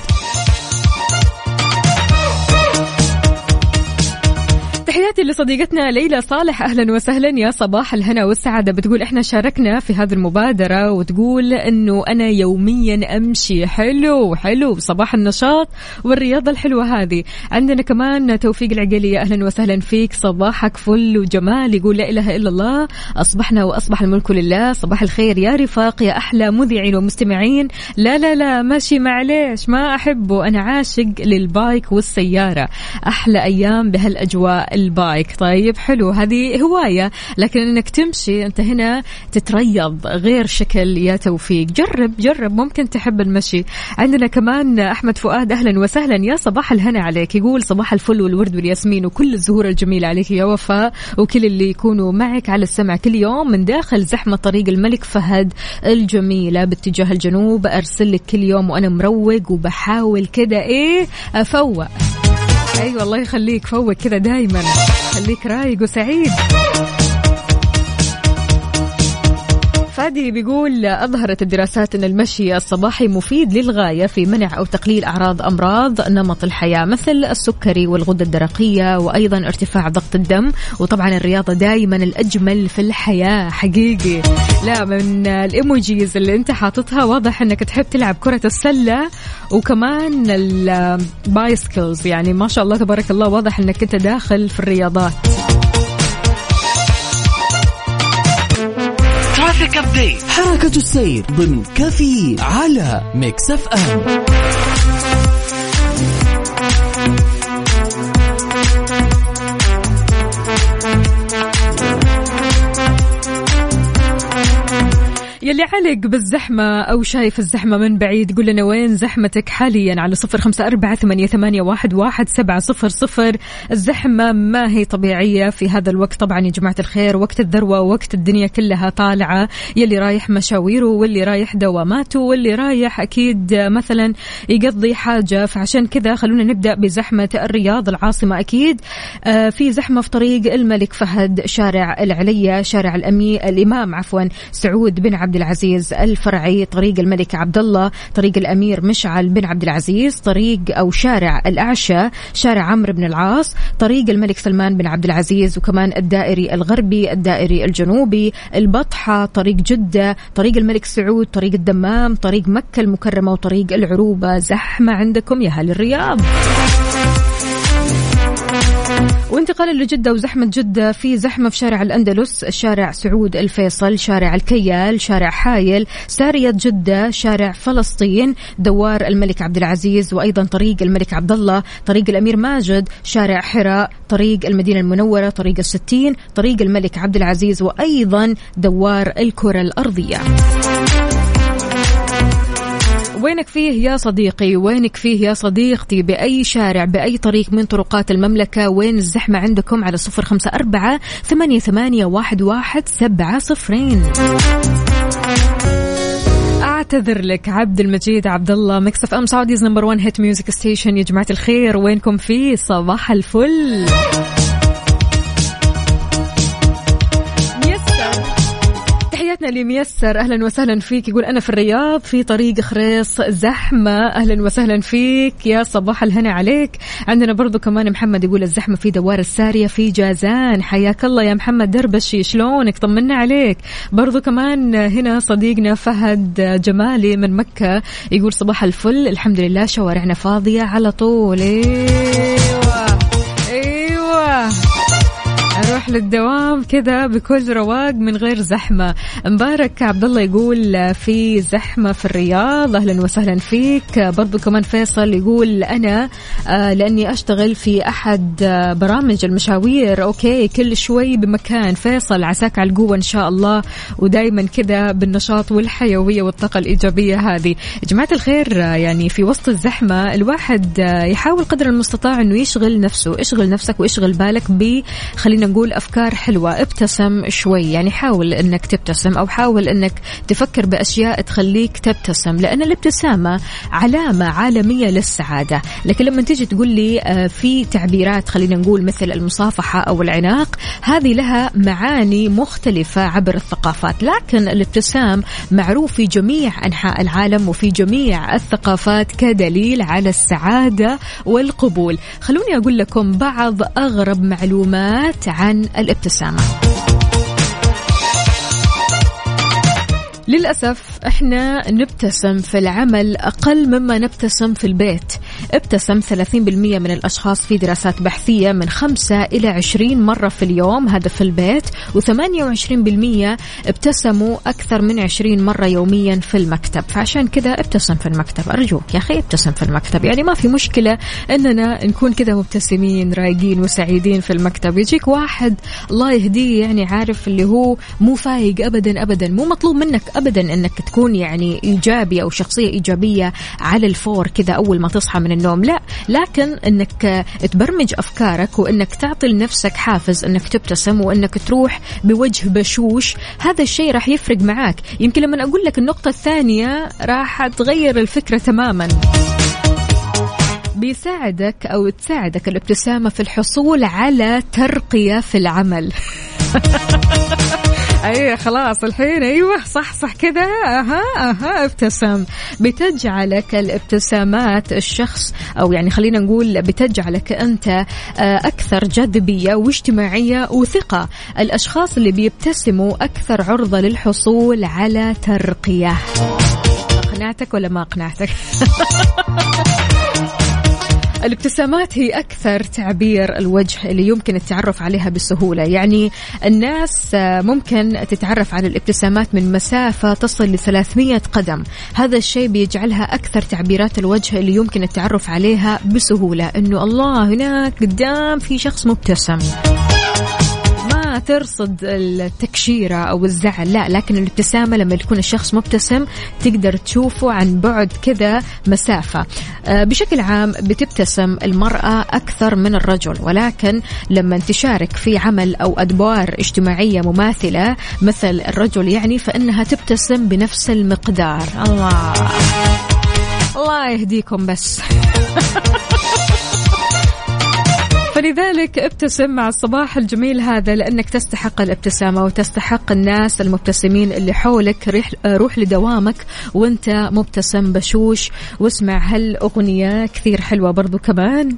تحياتي لصديقتنا ليلى صالح، أهلا وسهلا، يا صباح الهنا والسعادة. بتقول إحنا شاركنا في هذه المبادرة وتقول إنه أنا يوميا أمشي. حلو حلو، صباح النشاط والرياضة الحلوة هذه. عندنا كمان توفيق العقيلية، أهلا وسهلا فيك، صباحك فل وجمال. يقول لا إله إلا الله، أصبحنا وأصبح الملك لله. صباح الخير يا رفاق، يا أحلى مذيعين ومستمعين. لا لا لا ماشي معليش، ما أحبه، أنا عاشق للبايك والسيارة، أحلى أيام بهالأجواء البايك. طيب حلو، هذه هواية، لكن انك تمشي انت هنا تتريض غير شكل يا توفيق. جرب ممكن تحب المشي. عندنا كمان احمد فؤاد، اهلا وسهلا، يا صباح الهنا عليك. يقول صباح الفل والورد والياسمين وكل الزهور الجميلة عليك يا وفاء وكل اللي يكونوا معك على السمع كل يوم من داخل زحمة طريق الملك فهد الجميلة باتجاه الجنوب. ارسل لك كل يوم وانا مروق وبحاول كده افوق. أيوة الله يخليك، فوق كذا دايما، خليك رايق وسعيد. فادي بيقول أظهرت الدراسات أن المشي الصباحي مفيد للغاية في منع أو تقليل أعراض أمراض نمط الحياة مثل السكري والغدة الدرقية وأيضا ارتفاع ضغط الدم. وطبعا الرياضة دايما الأجمل في الحياة حقيقي. لا من الإيموجيز اللي أنت حاططها واضح أنك تحب تلعب كرة السلة وكمان البايسكلز، يعني ما شاء الله تبارك الله، واضح أنك أنت داخل في الرياضات. ترافيك أبديت، حركة السير ضمن كافيين على ميكس اف ام. يلي علق بالزحمة أو شايف الزحمة من بعيد قول لنا وين زحمتك حاليا على 0548811700. الزحمة ما هي طبيعية في هذا الوقت طبعا يا جماعة الخير، وقت الذروة، وقت الدنيا كلها طالعة، يلي رايح مشاويره واللي رايح دواماته واللي رايح أكيد مثلا يقضي حاجة. فعشان كذا خلونا نبدأ بزحمة الرياض العاصمة. أكيد في زحمة في طريق الملك فهد، شارع العلية، شارع الإمام سعود بن عبد العزيز الفرعي، طريق الملك عبد الله، طريق الأمير مشعل بن عبد العزيز، طريق أو شارع الأعشى، شارع عمرو بن العاص، طريق الملك سلمان بن عبد العزيز، وكمان الدائري الغربي، الدائري الجنوبي، البطحة، طريق جدة، طريق الملك سعود، طريق الدمام، طريق مكة المكرمة، وطريق العروبة. زحمة عندكم يا أهل الرياض. وانتقالا لجدة وزحمة جدة، في زحمة في شارع الأندلس، شارع سعود الفيصل، شارع الكيال، شارع حايل، سارية جدة، شارع فلسطين، دوار الملك عبد العزيز، وأيضا طريق الملك عبد الله، طريق الأمير ماجد، شارع حراء، طريق المدينة المنورة، طريق الستين، طريق الملك عبد العزيز، وأيضا دوار الكرة الأرضية. وينك فيه يا صديقي؟ وينك فيه يا صديقتي؟ بأي شارع، بأي طريق من طرقات المملكة وين الزحمة عندكم؟ على 0548811700. أعتذر لك عبد المجيد عبد الله، ميكس اف ام سعوديز نمبر 1 هيت ميوزك ستيشن. يا جماعة الخير وينكم فيه؟ صباح الفل. تحياتنا لميسر، أهلا وسهلا فيك. يقول أنا في الرياض في طريق خريص زحمة، أهلا وسهلا فيك، يا صباح الهنا عليك. عندنا برضو كمان محمد يقول الزحمة في دوار السارية في جازان، حياك الله يا محمد دربشي، شلونك؟ طمنا عليك. برضو كمان هنا صديقنا فهد جمالي من مكة يقول صباح الفل، الحمد لله شوارعنا فاضية على طول. ايوه أروح للدوام كذا بكل رواق من غير زحمة. مبارك عبد الله يقول في زحمة في الرياض، أهلا وسهلا فيك. برضو كمان فيصل يقول أنا لأني أشتغل في أحد برامج المشاوير. أوكي، كل شوي بمكان. فيصل عساك على القوة إن شاء الله، ودايما كذا بالنشاط والحيوية والطاقة الإيجابية هذه. يا جماعة الخير، يعني في وسط الزحمة الواحد يحاول قدر المستطاع أنه يشغل نفسه. اشغل نفسك واشغل بالك خلينا نقول أفكار حلوة. ابتسم شوي، يعني حاول أنك تبتسم أو حاول أنك تفكر بأشياء تخليك تبتسم، لأن الابتسامة علامة عالمية للسعادة. لكن لما تيجي تقول لي في تعبيرات خلينا نقول مثل المصافحة أو العناق، هذه لها معاني مختلفة عبر الثقافات، لكن الابتسام معروف في جميع أنحاء العالم وفي جميع الثقافات كدليل على السعادة والقبول. خلوني أقول لكم بعض أغرب معلومات عن الابتسامة. للأسف احنا نبتسم في العمل أقل مما نبتسم في البيت. ابتسم 30% من الأشخاص في دراسات بحثية من 5 إلى 20 مرة في اليوم، هذا في البيت، و28% ابتسموا أكثر من 20 مرة يوميا في المكتب. فعشان كذا ابتسم في المكتب، أرجوك يا أخي ابتسم في المكتب. يعني ما في مشكلة أننا نكون كذا مبتسمين رايقين وسعيدين في المكتب. يجيك واحد الله يهديه، يعني عارف اللي هو مو فايق أبدا أبدا، مو مطلوب منك أبدا أنك تكون يعني إيجابي أو شخصية إيجابية على الفور كذا أول ما تصحى من النوم، لا، لكن أنك تبرمج أفكارك وأنك تعطي لنفسك حافز أنك تبتسم وأنك تروح بوجه بشوش. هذا الشيء راح يفرق معاك. يمكن لما أقول لك النقطة الثانية راح تغير الفكرة تماما. بيساعدك أو تساعدك الابتسامة في الحصول على ترقية في العمل. أيوة خلاص الحين، أيوة صح كذا، ابتسم. بتجعلك الابتسامات الشخص، أو يعني خلينا نقول بتجعلك أنت أكثر جاذبية واجتماعية وثقة. الأشخاص اللي بيبتسموا أكثر عرضة للحصول على ترقية. أقنعتك ولا ما أقنعتك؟ الابتسامات هي أكثر تعبير الوجه اللي يمكن التعرف عليها بسهولة. يعني الناس ممكن تتعرف على الابتسامات من مسافة تصل ل 300 قدم. هذا الشيء بيجعلها أكثر تعبيرات الوجه اللي يمكن التعرف عليها بسهولة، إنه الله هناك قدام في شخص مبتسم. ما ترصد التكشيرة أو الزعل، لا، لكن الابتسامة لما يكون الشخص مبتسم تقدر تشوفه عن بعد كذا مسافة. بشكل عام بتبتسم المرأة أكثر من الرجل، ولكن لما تشارك في عمل أو أدوار اجتماعية مماثلة مثل الرجل يعني، فإنها تبتسم بنفس المقدار. الله يهديكم بس. فلذلك ابتسم مع الصباح الجميل هذا، لأنك تستحق الابتسامة وتستحق الناس المبتسمين اللي حولك. روح لدوامك وانت مبتسم بشوش. واسمع هالأغنية كثير حلوة برضو كمان،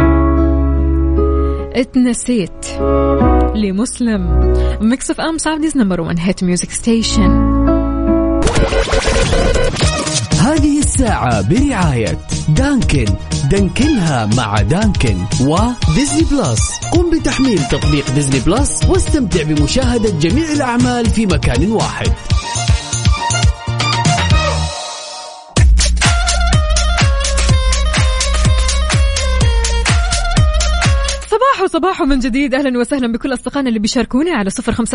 اتنسيت لمسلم. ميكس اف ام سعوديز نمبر 1 هيت ميوزك ستيشن. هذه الساعة برعاية دانكن. دانكنها مع دانكن وديزني بلس. قم بتحميل تطبيق ديزني بلس واستمتع بمشاهدة جميع الأعمال في مكان واحد. صباح من جديد. أهلا وسهلا بكل أصدقائنا اللي بيشاركونا على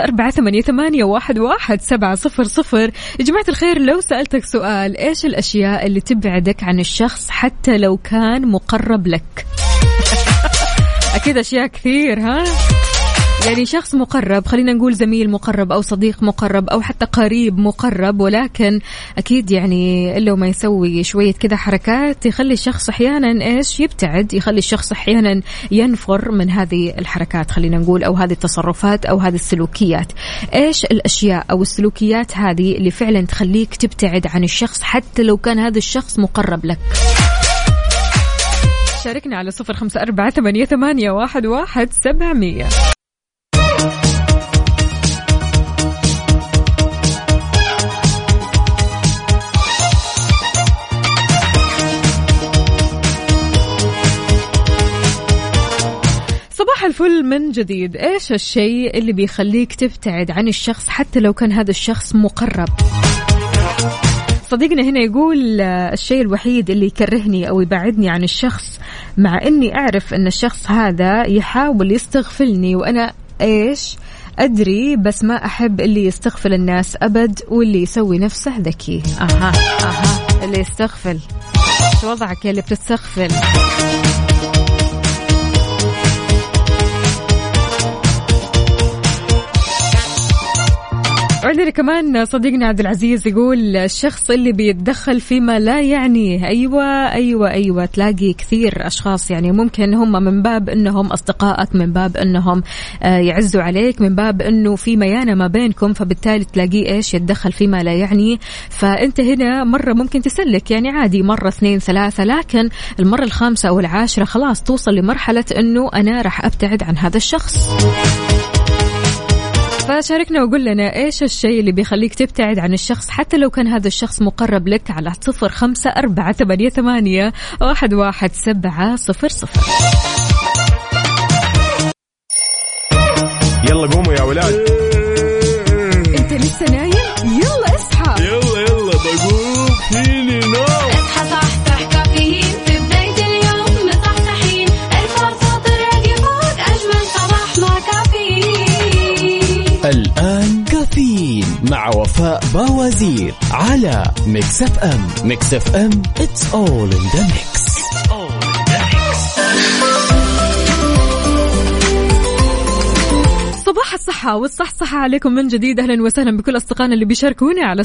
0548811700. يا جماعة الخير، لو سألتك سؤال، إيش الأشياء اللي تبعدك عن الشخص حتى لو كان مقرب لك؟ أكيد أشياء كثير، ها؟ يعني شخص مقرب، خلينا نقول زميل مقرب أو صديق مقرب أو حتى قريب مقرب، ولكن أكيد يعني إلا وما يسوي شوية كذا حركات يخلي الشخص أحيانا إيش يبتعد، يخلي الشخص أحيانا ينفر من هذه الحركات، خلينا نقول، أو هذه التصرفات أو هذه السلوكيات. إيش الأشياء أو السلوكيات هذه اللي فعلا تخليك تبتعد عن الشخص حتى لو كان هذا الشخص مقرب لك؟ شاركنا على 0548811700. صباح الفل من جديد. إيش الشيء اللي بيخليك تبتعد عن الشخص حتى لو كان هذا الشخص مقرب؟ صديقنا هنا يقول الشيء الوحيد اللي يكرهني أو يبعدني عن الشخص مع أني أعرف أن الشخص هذا يحاول يستغفلني، وأنا إيش أدري، بس ما أحب اللي يستغفل الناس أبد واللي يسوي نفسه ذكي. اللي يستغفل، شو وضعك يا اللي بتستغفل؟ عندنا كمان صديقنا عبد العزيز يقول الشخص اللي بيتدخل فيما لا يعنيه. أيوة تلاقي كثير أشخاص يعني ممكن هم من باب أنهم أصدقائك، من باب أنهم يعزوا عليك، من باب أنه في ميانة ما بينكم، فبالتالي تلاقيه إيش يتدخل فيما لا يعنيه. فأنت هنا مرة ممكن تسلك، يعني عادي مرة 2 3، لكن المرة الخامسة أو العاشرة خلاص توصل لمرحلة أنه أنا رح أبتعد عن هذا الشخص. فشاركنا وقول لنا إيش الشيء اللي بيخليك تبتعد عن الشخص حتى لو كان هذا الشخص مقرب لك على 0548811700. يلا قوموا يا ولاد. انت لسه نايم؟ يلا اصحى. يلا بقوم فيني نوم. اصحى صحصح كافيين في بداية اليوم مصحصحين، الفرصة تراقي فوق أجمل صباح مع كافيين. الآن كافيين مع وفاء باوزير على ميكس اف ام. ميكس اف ام it's all in the mix. صباح الصحة والصحصحة عليكم من جديد. أهلا وسهلا بكل أصدقائنا اللي بيشاركونا على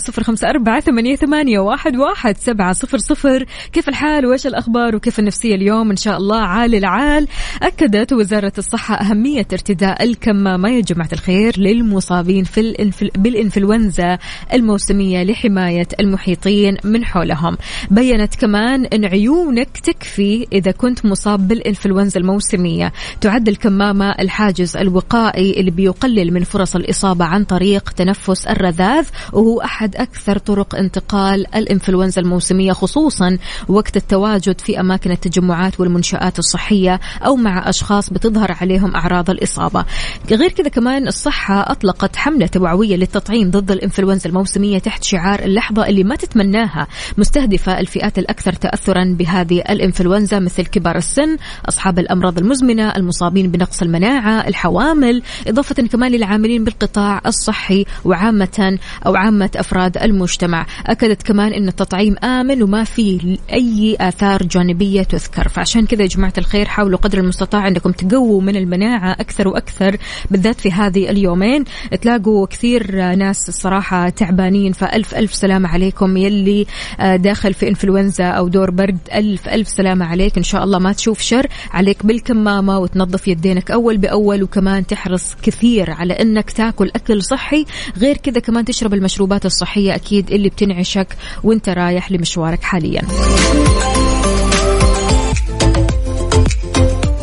0548811700. كيف الحال وإيش الأخبار وكيف النفسية اليوم؟ إن شاء الله عال العال. أكدت وزارة الصحة أهمية ارتداء الكمامة يا جماعة الخير للمصابين بالإنفلونزا الموسمية لحماية المحيطين من حولهم. بيّنت كمان أن عيونك تكفي إذا كنت مصاب بالإنفلونزا الموسمية. تعد الكمامة الحاجز الوقائي اللي بيقلل من فرص الإصابة عن طريق تنفس الرذاذ، وهو أحد أكثر طرق انتقال الإنفلونزا الموسمية، خصوصا وقت التواجد في أماكن التجمعات والمنشآت الصحية أو مع أشخاص بتظهر عليهم أعراض الإصابة. غير كذا كمان الصحة أطلقت حملة توعوية للتطعيم ضد الإنفلونزا الموسمية تحت شعار اللحظة اللي ما تتمناها، مستهدفة الفئات الأكثر تأثرا بهذه الإنفلونزا مثل كبار السن، أصحاب الأمراض المزمنة، المصابين بنقص المناعة، الحوامل، إضافة كمان للعاملين بالقطاع الصحي وعامة أو عامة أفراد المجتمع. أكدت كمان أن التطعيم آمن وما فيه أي آثار جانبية تذكر. فعشان كذا يا جماعة الخير حاولوا قدر المستطاع أنكم تقووا من المناعة أكثر وأكثر، بالذات في هذه اليومين تلاقوا كثير ناس الصراحة تعبانين، فألف سلامة عليكم. يلي داخل في إنفلونزا أو دور برد ألف سلامة عليك، إن شاء الله ما تشوف شر. عليك بالكمامة وتنظف يدينك أول بأول، وكمان تحرص كثير على أنك تاكل أكل صحي. غير كذا كمان تشرب المشروبات الصحية أكيد اللي بتنعشك وانت رايح لمشوارك حاليا. في وسط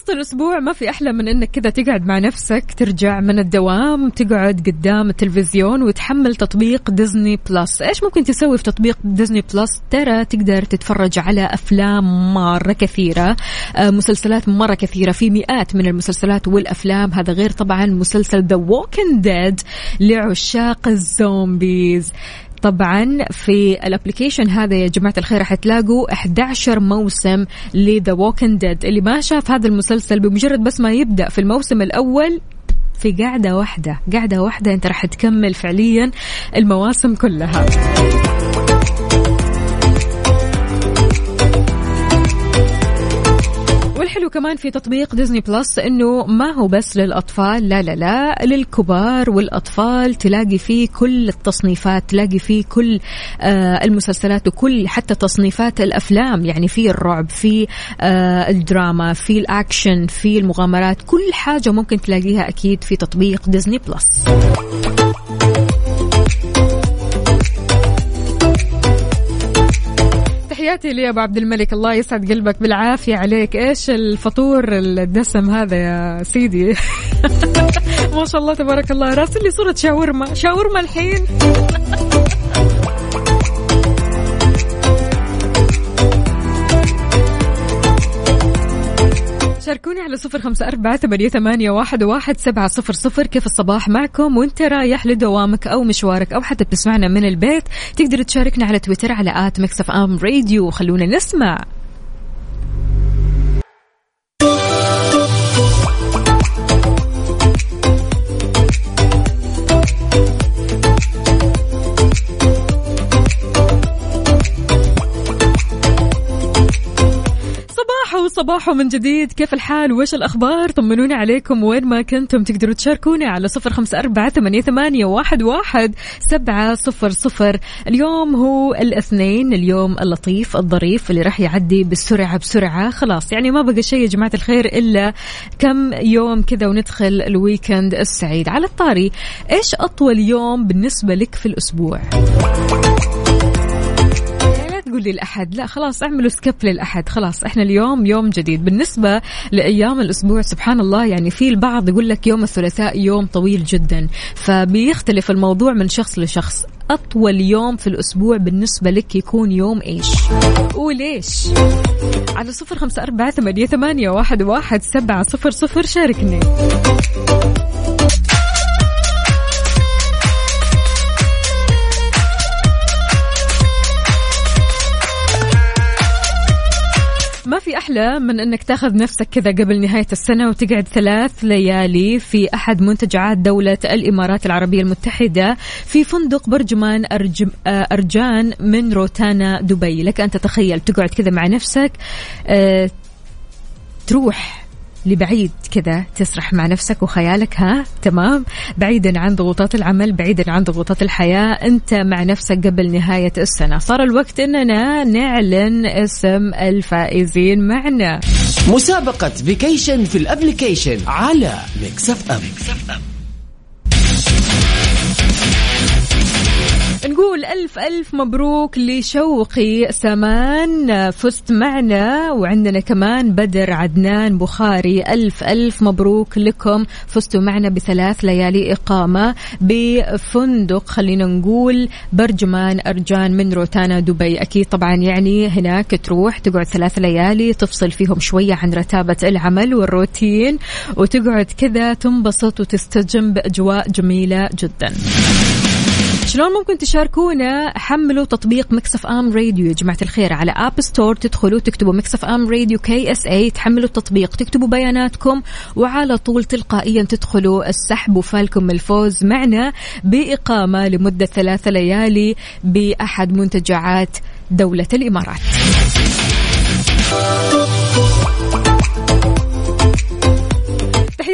وسط الأسبوع ما في أحلى من إنك كذا تقعد مع نفسك، ترجع من الدوام تقعد قدام التلفزيون وتحمل تطبيق ديزني بلس. إيش ممكن تسوي في تطبيق ديزني بلس؟ ترى تقدر تتفرج على أفلام مرة كثيرة، مسلسلات مرة كثيرة، في مئات من المسلسلات والأفلام. هذا غير طبعا مسلسل The Walking Dead لعشاق الزومبيز. طبعا في الابليكيشن هذا يا جماعة الخير راح تلاقوا 11 موسم لذا ووكينج ديد. اللي ما شاف هذا المسلسل بمجرد بس ما يبدأ في الموسم الأول في قاعدة واحدة انت راح تكمل فعليا المواسم كلها. والحلو كمان في تطبيق ديزني بلس انه ما هو بس للأطفال، لا للكبار والأطفال. تلاقي فيه كل التصنيفات، تلاقي فيه كل المسلسلات وكل حتى تصنيفات الأفلام. يعني في الرعب، في الدراما، في الأكشن، في المغامرات، كل حاجة ممكن تلاقيها أكيد في تطبيق ديزني بلس. تحياتي لي أبو عبد الملك، الله يسعد قلبك، بالعافية عليك. إيش الفطور الدسم هذا يا سيدي؟ ما شاء الله تبارك الله، راسل لي صورة شاورما الحين. شاركوني على 0548811700. كيف الصباح معكم وانت رايح لدوامك أو مشوارك أو حتى بتسمعنا من البيت؟ تقدر تشاركنا على تويتر على @mixfmradio وخلونا نسمع. صباحو من جديد، كيف الحال وإيش الأخبار؟ طمنوني عليكم وين ما كنتم. تقدروا تشاركوني على 0548811700. اليوم هو الاثنين، اليوم اللطيف الظريف اللي راح يعدي بسرعة. خلاص يعني ما بقى شيء يا جماعة الخير إلا كم يوم كذا وندخل الويكند السعيد. على الطاري، إيش أطول يوم بالنسبة لك في الأسبوع؟ تقول لي الأحد، لا خلاص اعملوا سكيب للأحد، خلاص احنا اليوم يوم جديد. بالنسبة لأيام الأسبوع سبحان الله، يعني في البعض يقول لك يوم الثلاثاء يوم طويل جدا، فبيختلف الموضوع من شخص لشخص. أطول يوم في الأسبوع بالنسبة لك يكون يوم إيش وليش؟ على 0548811700 شاركني. ما في أحلى من أنك تاخذ نفسك كذا قبل نهاية السنة وتقعد 3 ليالي في أحد منتجعات دولة الإمارات العربية المتحدة في فندق برجمان أرجان من روتانا دبي. لك أن تتخيل تقعد كذا مع نفسك، تروح لبعيد كذا، تسرح مع نفسك وخيالك، تمام، بعيدا عن ضغوطات العمل، بعيدا عن ضغوطات الحياة، أنت مع نفسك قبل نهاية السنة. صار الوقت أننا نعلن اسم الفائزين معنا. مسابقة فيكيشن في الابليكيشن على ميكس اف ام. نقول ألف مبروك لشوقي سمان، فزت معنا. وعندنا كمان بدر عدنان بخاري، ألف مبروك لكم، فزتوا معنا ب3 ليالي إقامة بفندق خلينا نقول برجمان أرجان من روتانا دبي. أكيد طبعا يعني هناك تروح تقعد 3 ليالي تفصل فيهم شوية عن رتابة العمل والروتين، وتقعد كذا تنبسط وتستجم بأجواء جميلة جدا. شلون ممكن تشاركونا؟ حملوا تطبيق ميكس اف ام راديو يا جماعة الخير على اب ستور، تدخلوا تكتبوا ميكس اف ام راديو KSA، تحملوا التطبيق، تكتبوا بياناتكم، وعلى طول تلقائيا تدخلوا السحب وفالكم الفوز معنا بإقامة لمدة 3 ليالي بأحد منتجعات دولة الإمارات.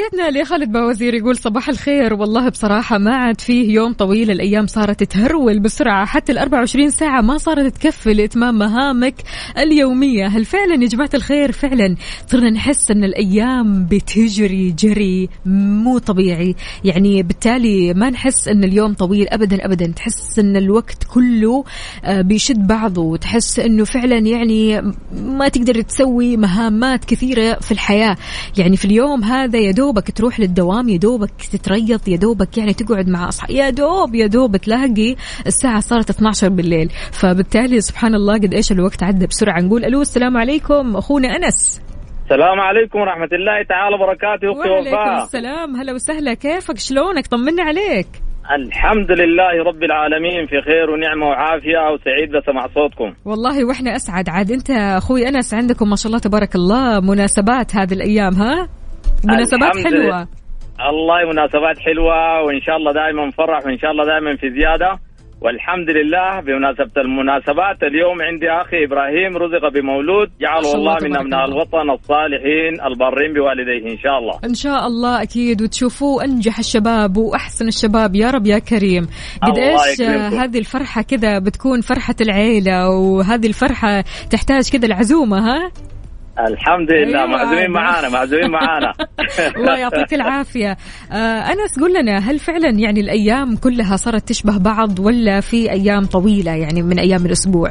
تحياتنا لخالد باوزير، يقول صباح الخير. والله بصراحة ما عاد فيه يوم طويل، الأيام صارت تهرول بسرعة، حتى 24 ساعة ما صارت تكفي لإتمام مهامك اليومية. هل فعلا يا جماعة الخير فعلا صرنا نحس أن الأيام بتجري جري مو طبيعي؟ يعني بالتالي ما نحس أن اليوم طويل أبدا أبدا، تحس أن الوقت كله بيشد بعضه، وتحس أنه فعلا يعني ما تقدر تسوي مهامات كثيرة في الحياة. يعني في اليوم هذا يا دوبك تروح للدوام، يا دوبك تتريض، يا دوبك يعني تقعد مع أصحاب، يا دوب تلاقي الساعة صارت 12 بالليل. فبالتالي سبحان الله قد إيش الوقت عدى بسرعة. نقول ألو السلام عليكم أخونا أنس. السلام عليكم ورحمة الله تعالى وبركاته. أختي وفاء. وعليكم السلام، هلا وسهلا، كيفك شلونك؟ طمنا عليك. الحمد لله رب العالمين في خير ونعمة وعافية وسعيد بسمع صوتكم. والله وإحنا أسعد. عاد أنت أخوي أنس عندكم ما شاء الله تبارك الله مناسبات هذه الأيام، ها؟ مناسبات حلوة. الله مناسبات حلوة، وإن شاء الله دائما نفرح، وإن شاء الله دائما في زيادة. والحمد لله بمناسبة المناسبات اليوم عندي أخي إبراهيم رزق بمولود جعله الله من أبناء الوطن الصالحين البارين بوالديه إن شاء الله. إن شاء الله أكيد، وتشوفوه أنجح الشباب وأحسن الشباب يا رب يا كريم. قد إيش هذه الفرحة كذا بتكون فرحة العيلة، وهذه الفرحة تحتاج كذا العزومة، ها؟ الحمد لله. أيوة. معزومين معانا الله يعطيك العافية. أنس قول لنا، هل فعلا يعني الأيام كلها صارت تشبه بعض، ولا في أيام طويلة يعني من أيام الأسبوع؟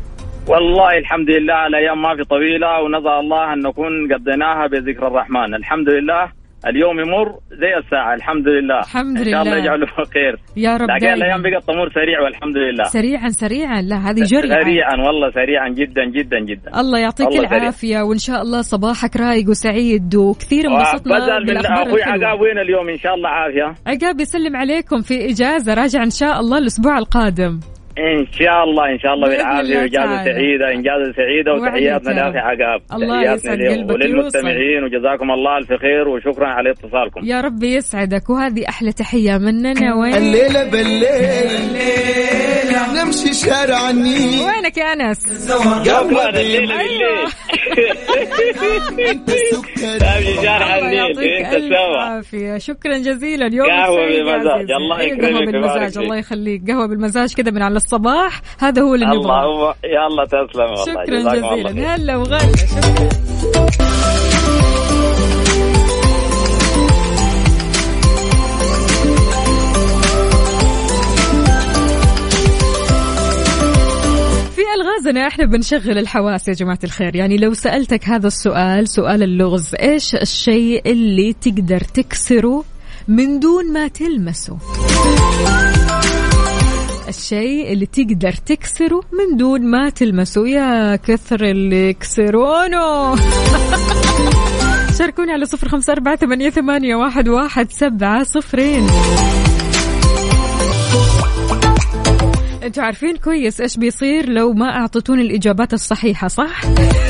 والله الحمد لله الأيام ما في طويلة، ونسأل الله أن نكون قضيناها بذكر الرحمن. الحمد لله اليوم يمر زي الساعة، الحمد لله. الحمد لله، إن شاء الله يجعله خير يا رب. لكن الأيام بقت تمر سريع والحمد لله. سريعا لا هذه جري سريعا والله سريعا جدا جدا جدا. الله يعطيك العافية، وإن شاء الله صباحك رايق وسعيد، وكثير انبسطنا بالأخبار أخوي عقاب وين اليوم؟ إن شاء الله عافية. عقاب يسلم عليكم في إجازة، راجع إن شاء الله الأسبوع القادم. إن شاء الله بالعافية وإجازة سعيدة وتحياتنا لأخي عقاب. الله يسعد قلبك وللمستمعين، وجزاكم الله ألف خير وشكرا على اتصالكم. يا رب يسعدك، وهذه أحلى تحية مننا. وين الليلة بالليل نمشي شارع النيل. وينك يا أنس؟ شكرا. الليلة بالليل نمشي شارع النيل. انت سوا. شكرا جزيلا. يوم قهوة بالمزاج. الله يكرمك. الله يخليك. قهوة بالمزاج كده من على الصباح، هذا هو اللي نبغاه. الله يلا تسلم والله. شكرا جزيلا. هلا وغلا. شكرا. في ألغازنا احنا بنشغل الحواس يا جماعة الخير. يعني لو سألتك هذا السؤال، سؤال اللغز، ايش الشيء اللي تقدر تكسره من دون ما تلمسه؟ الشيء اللي تقدر تكسره من دون ما تلمسه. يا كثر اللي يكسرونه. شاركوني على 0548811700. انتوا عارفين كويس ايش بيصير لو ما اعطيتوني الاجابات الصحيحة، صح؟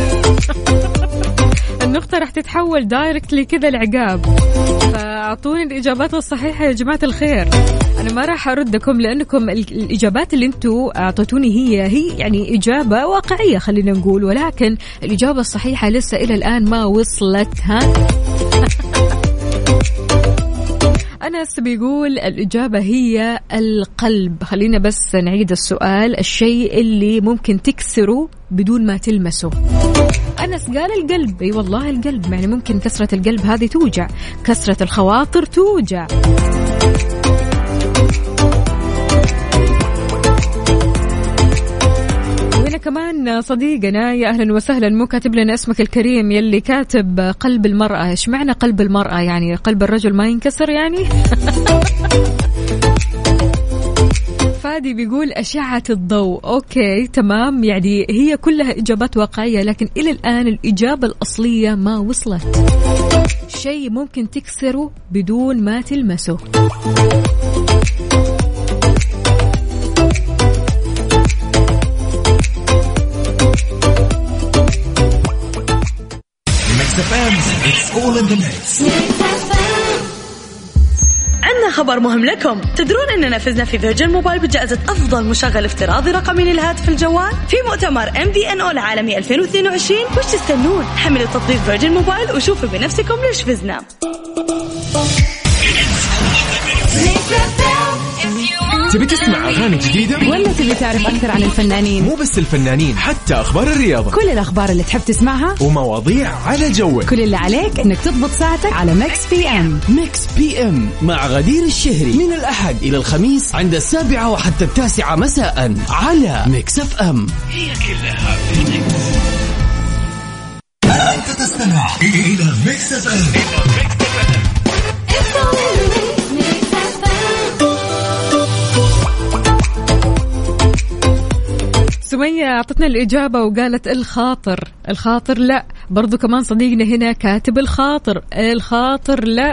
النقطة راح تتحول دايركتلي كذا العقاب. فاعطوني الإجابات الصحيحة يا جماعة الخير. أنا ما راح أردكم، لأنكم الإجابات اللي أنتوا أعطيتوني هي يعني إجابة واقعية خلينا نقول، ولكن الإجابة الصحيحة لسه إلى الآن ما وصلتها. أنس بيقول الإجابة هي القلب. خلينا بس نعيد السؤال، الشيء اللي ممكن تكسره بدون ما تلمسه. أنس قال القلب. أي والله القلب، يعني ممكن كسرة القلب هذه توجع، كسرة الخواطر توجع. وهنا كمان صديقنا، يا أهلا وسهلا، مو كاتب لنا اسمك الكريم، يلي كاتب قلب المرأة. إيش معنى قلب المرأة؟ يعني قلب الرجل ما ينكسر يعني؟ فادي بيقول أشعة الضوء. أوكي تمام، يعني هي كلها إجابات واقعية، لكن إلى الآن الإجابة الأصلية ما وصلت. شيء ممكن تكسره بدون ما تلمسه. عندنا خبر مهم لكم. تدرون أننا فزنا في فيرجن موبايل بجائزة أفضل مشغل افتراضي رقمي للهاتف الجوال في مؤتمر MVNO العالمي 2022. وش تستنون؟ حملوا تطبيق فيرجن موبايل وشوفوا بنفسكم ليش فزنا. تبي تسمع أغاني جديدة ولا تبي تعرف أكثر عن الفنانين؟ مو بس الفنانين، حتى أخبار الرياضة، كل الأخبار اللي تحب تسمعها ومواضيع على جوك. كل اللي عليك إنك تضبط ساعتك على ميكس بي ام. ميكس بي ام مع غدير الشهري من الأحد إلى الخميس عند 7 وحتى 9 مساء على ميكس اف ام. هي كلها في الميكس. أنت تستمع إلى ميكس اف ام. سمية أعطتنا الإجابة وقالت الخاطر لا. برضو كمان صديقنا هنا كاتب الخاطر لا.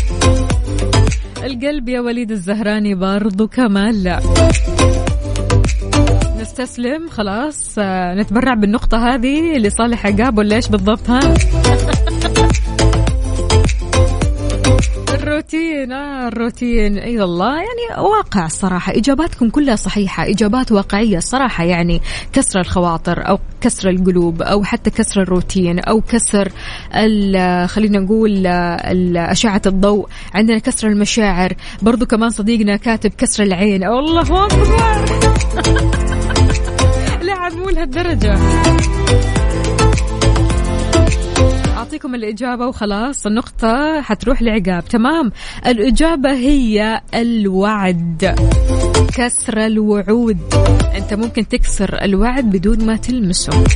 القلب يا وليد الزهراني برضو كمان لا. نستسلم خلاص، نتبرع بالنقطة هذه لصالح عقاب ولا إيش بالضبط؟ ها الروتين اي والله، يعني واقع الصراحة. إجاباتكم كلها صحيحة، إجابات واقعية الصراحة. يعني كسر الخواطر أو كسر القلوب أو حتى كسر الروتين أو كسر خلينا نقول أشعة الضوء. عندنا كسر المشاعر برضو كمان صديقنا كاتب كسر العين. الله أكبر لا عمو لهالدرجة. أعطيكم الإجابة وخلاص، النقطة حتروح لعقاب. تمام، الإجابة هي الوعد، كسر الوعود. أنت ممكن تكسر الوعد بدون ما تلمسه.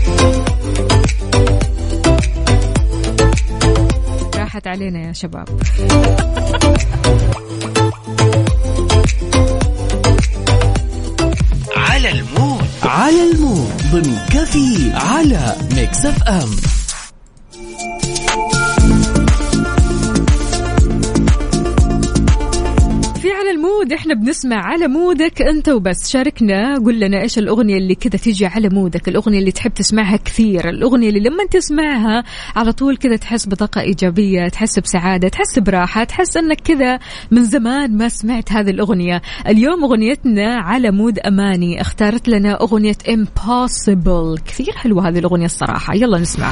راحت علينا يا شباب. على المود ضمن كفي على ميكس اف ام. على المود احنا بنسمع على مودك انت وبس. شاركنا، قل لنا ايش الاغنيه اللي كذا تيجي على مودك، الاغنيه اللي تحب تسمعها كثير، الاغنيه اللي لما تسمعها على طول كذا تحس بطاقه ايجابيه، تحس بسعاده، تحس براحه، تحس انك كذا من زمان ما سمعت هذه الاغنيه. اليوم اغنيتنا على مود اماني، اختارت لنا اغنيه Impossible. كثير حلوه هذه الاغنيه الصراحه، يلا نسمع.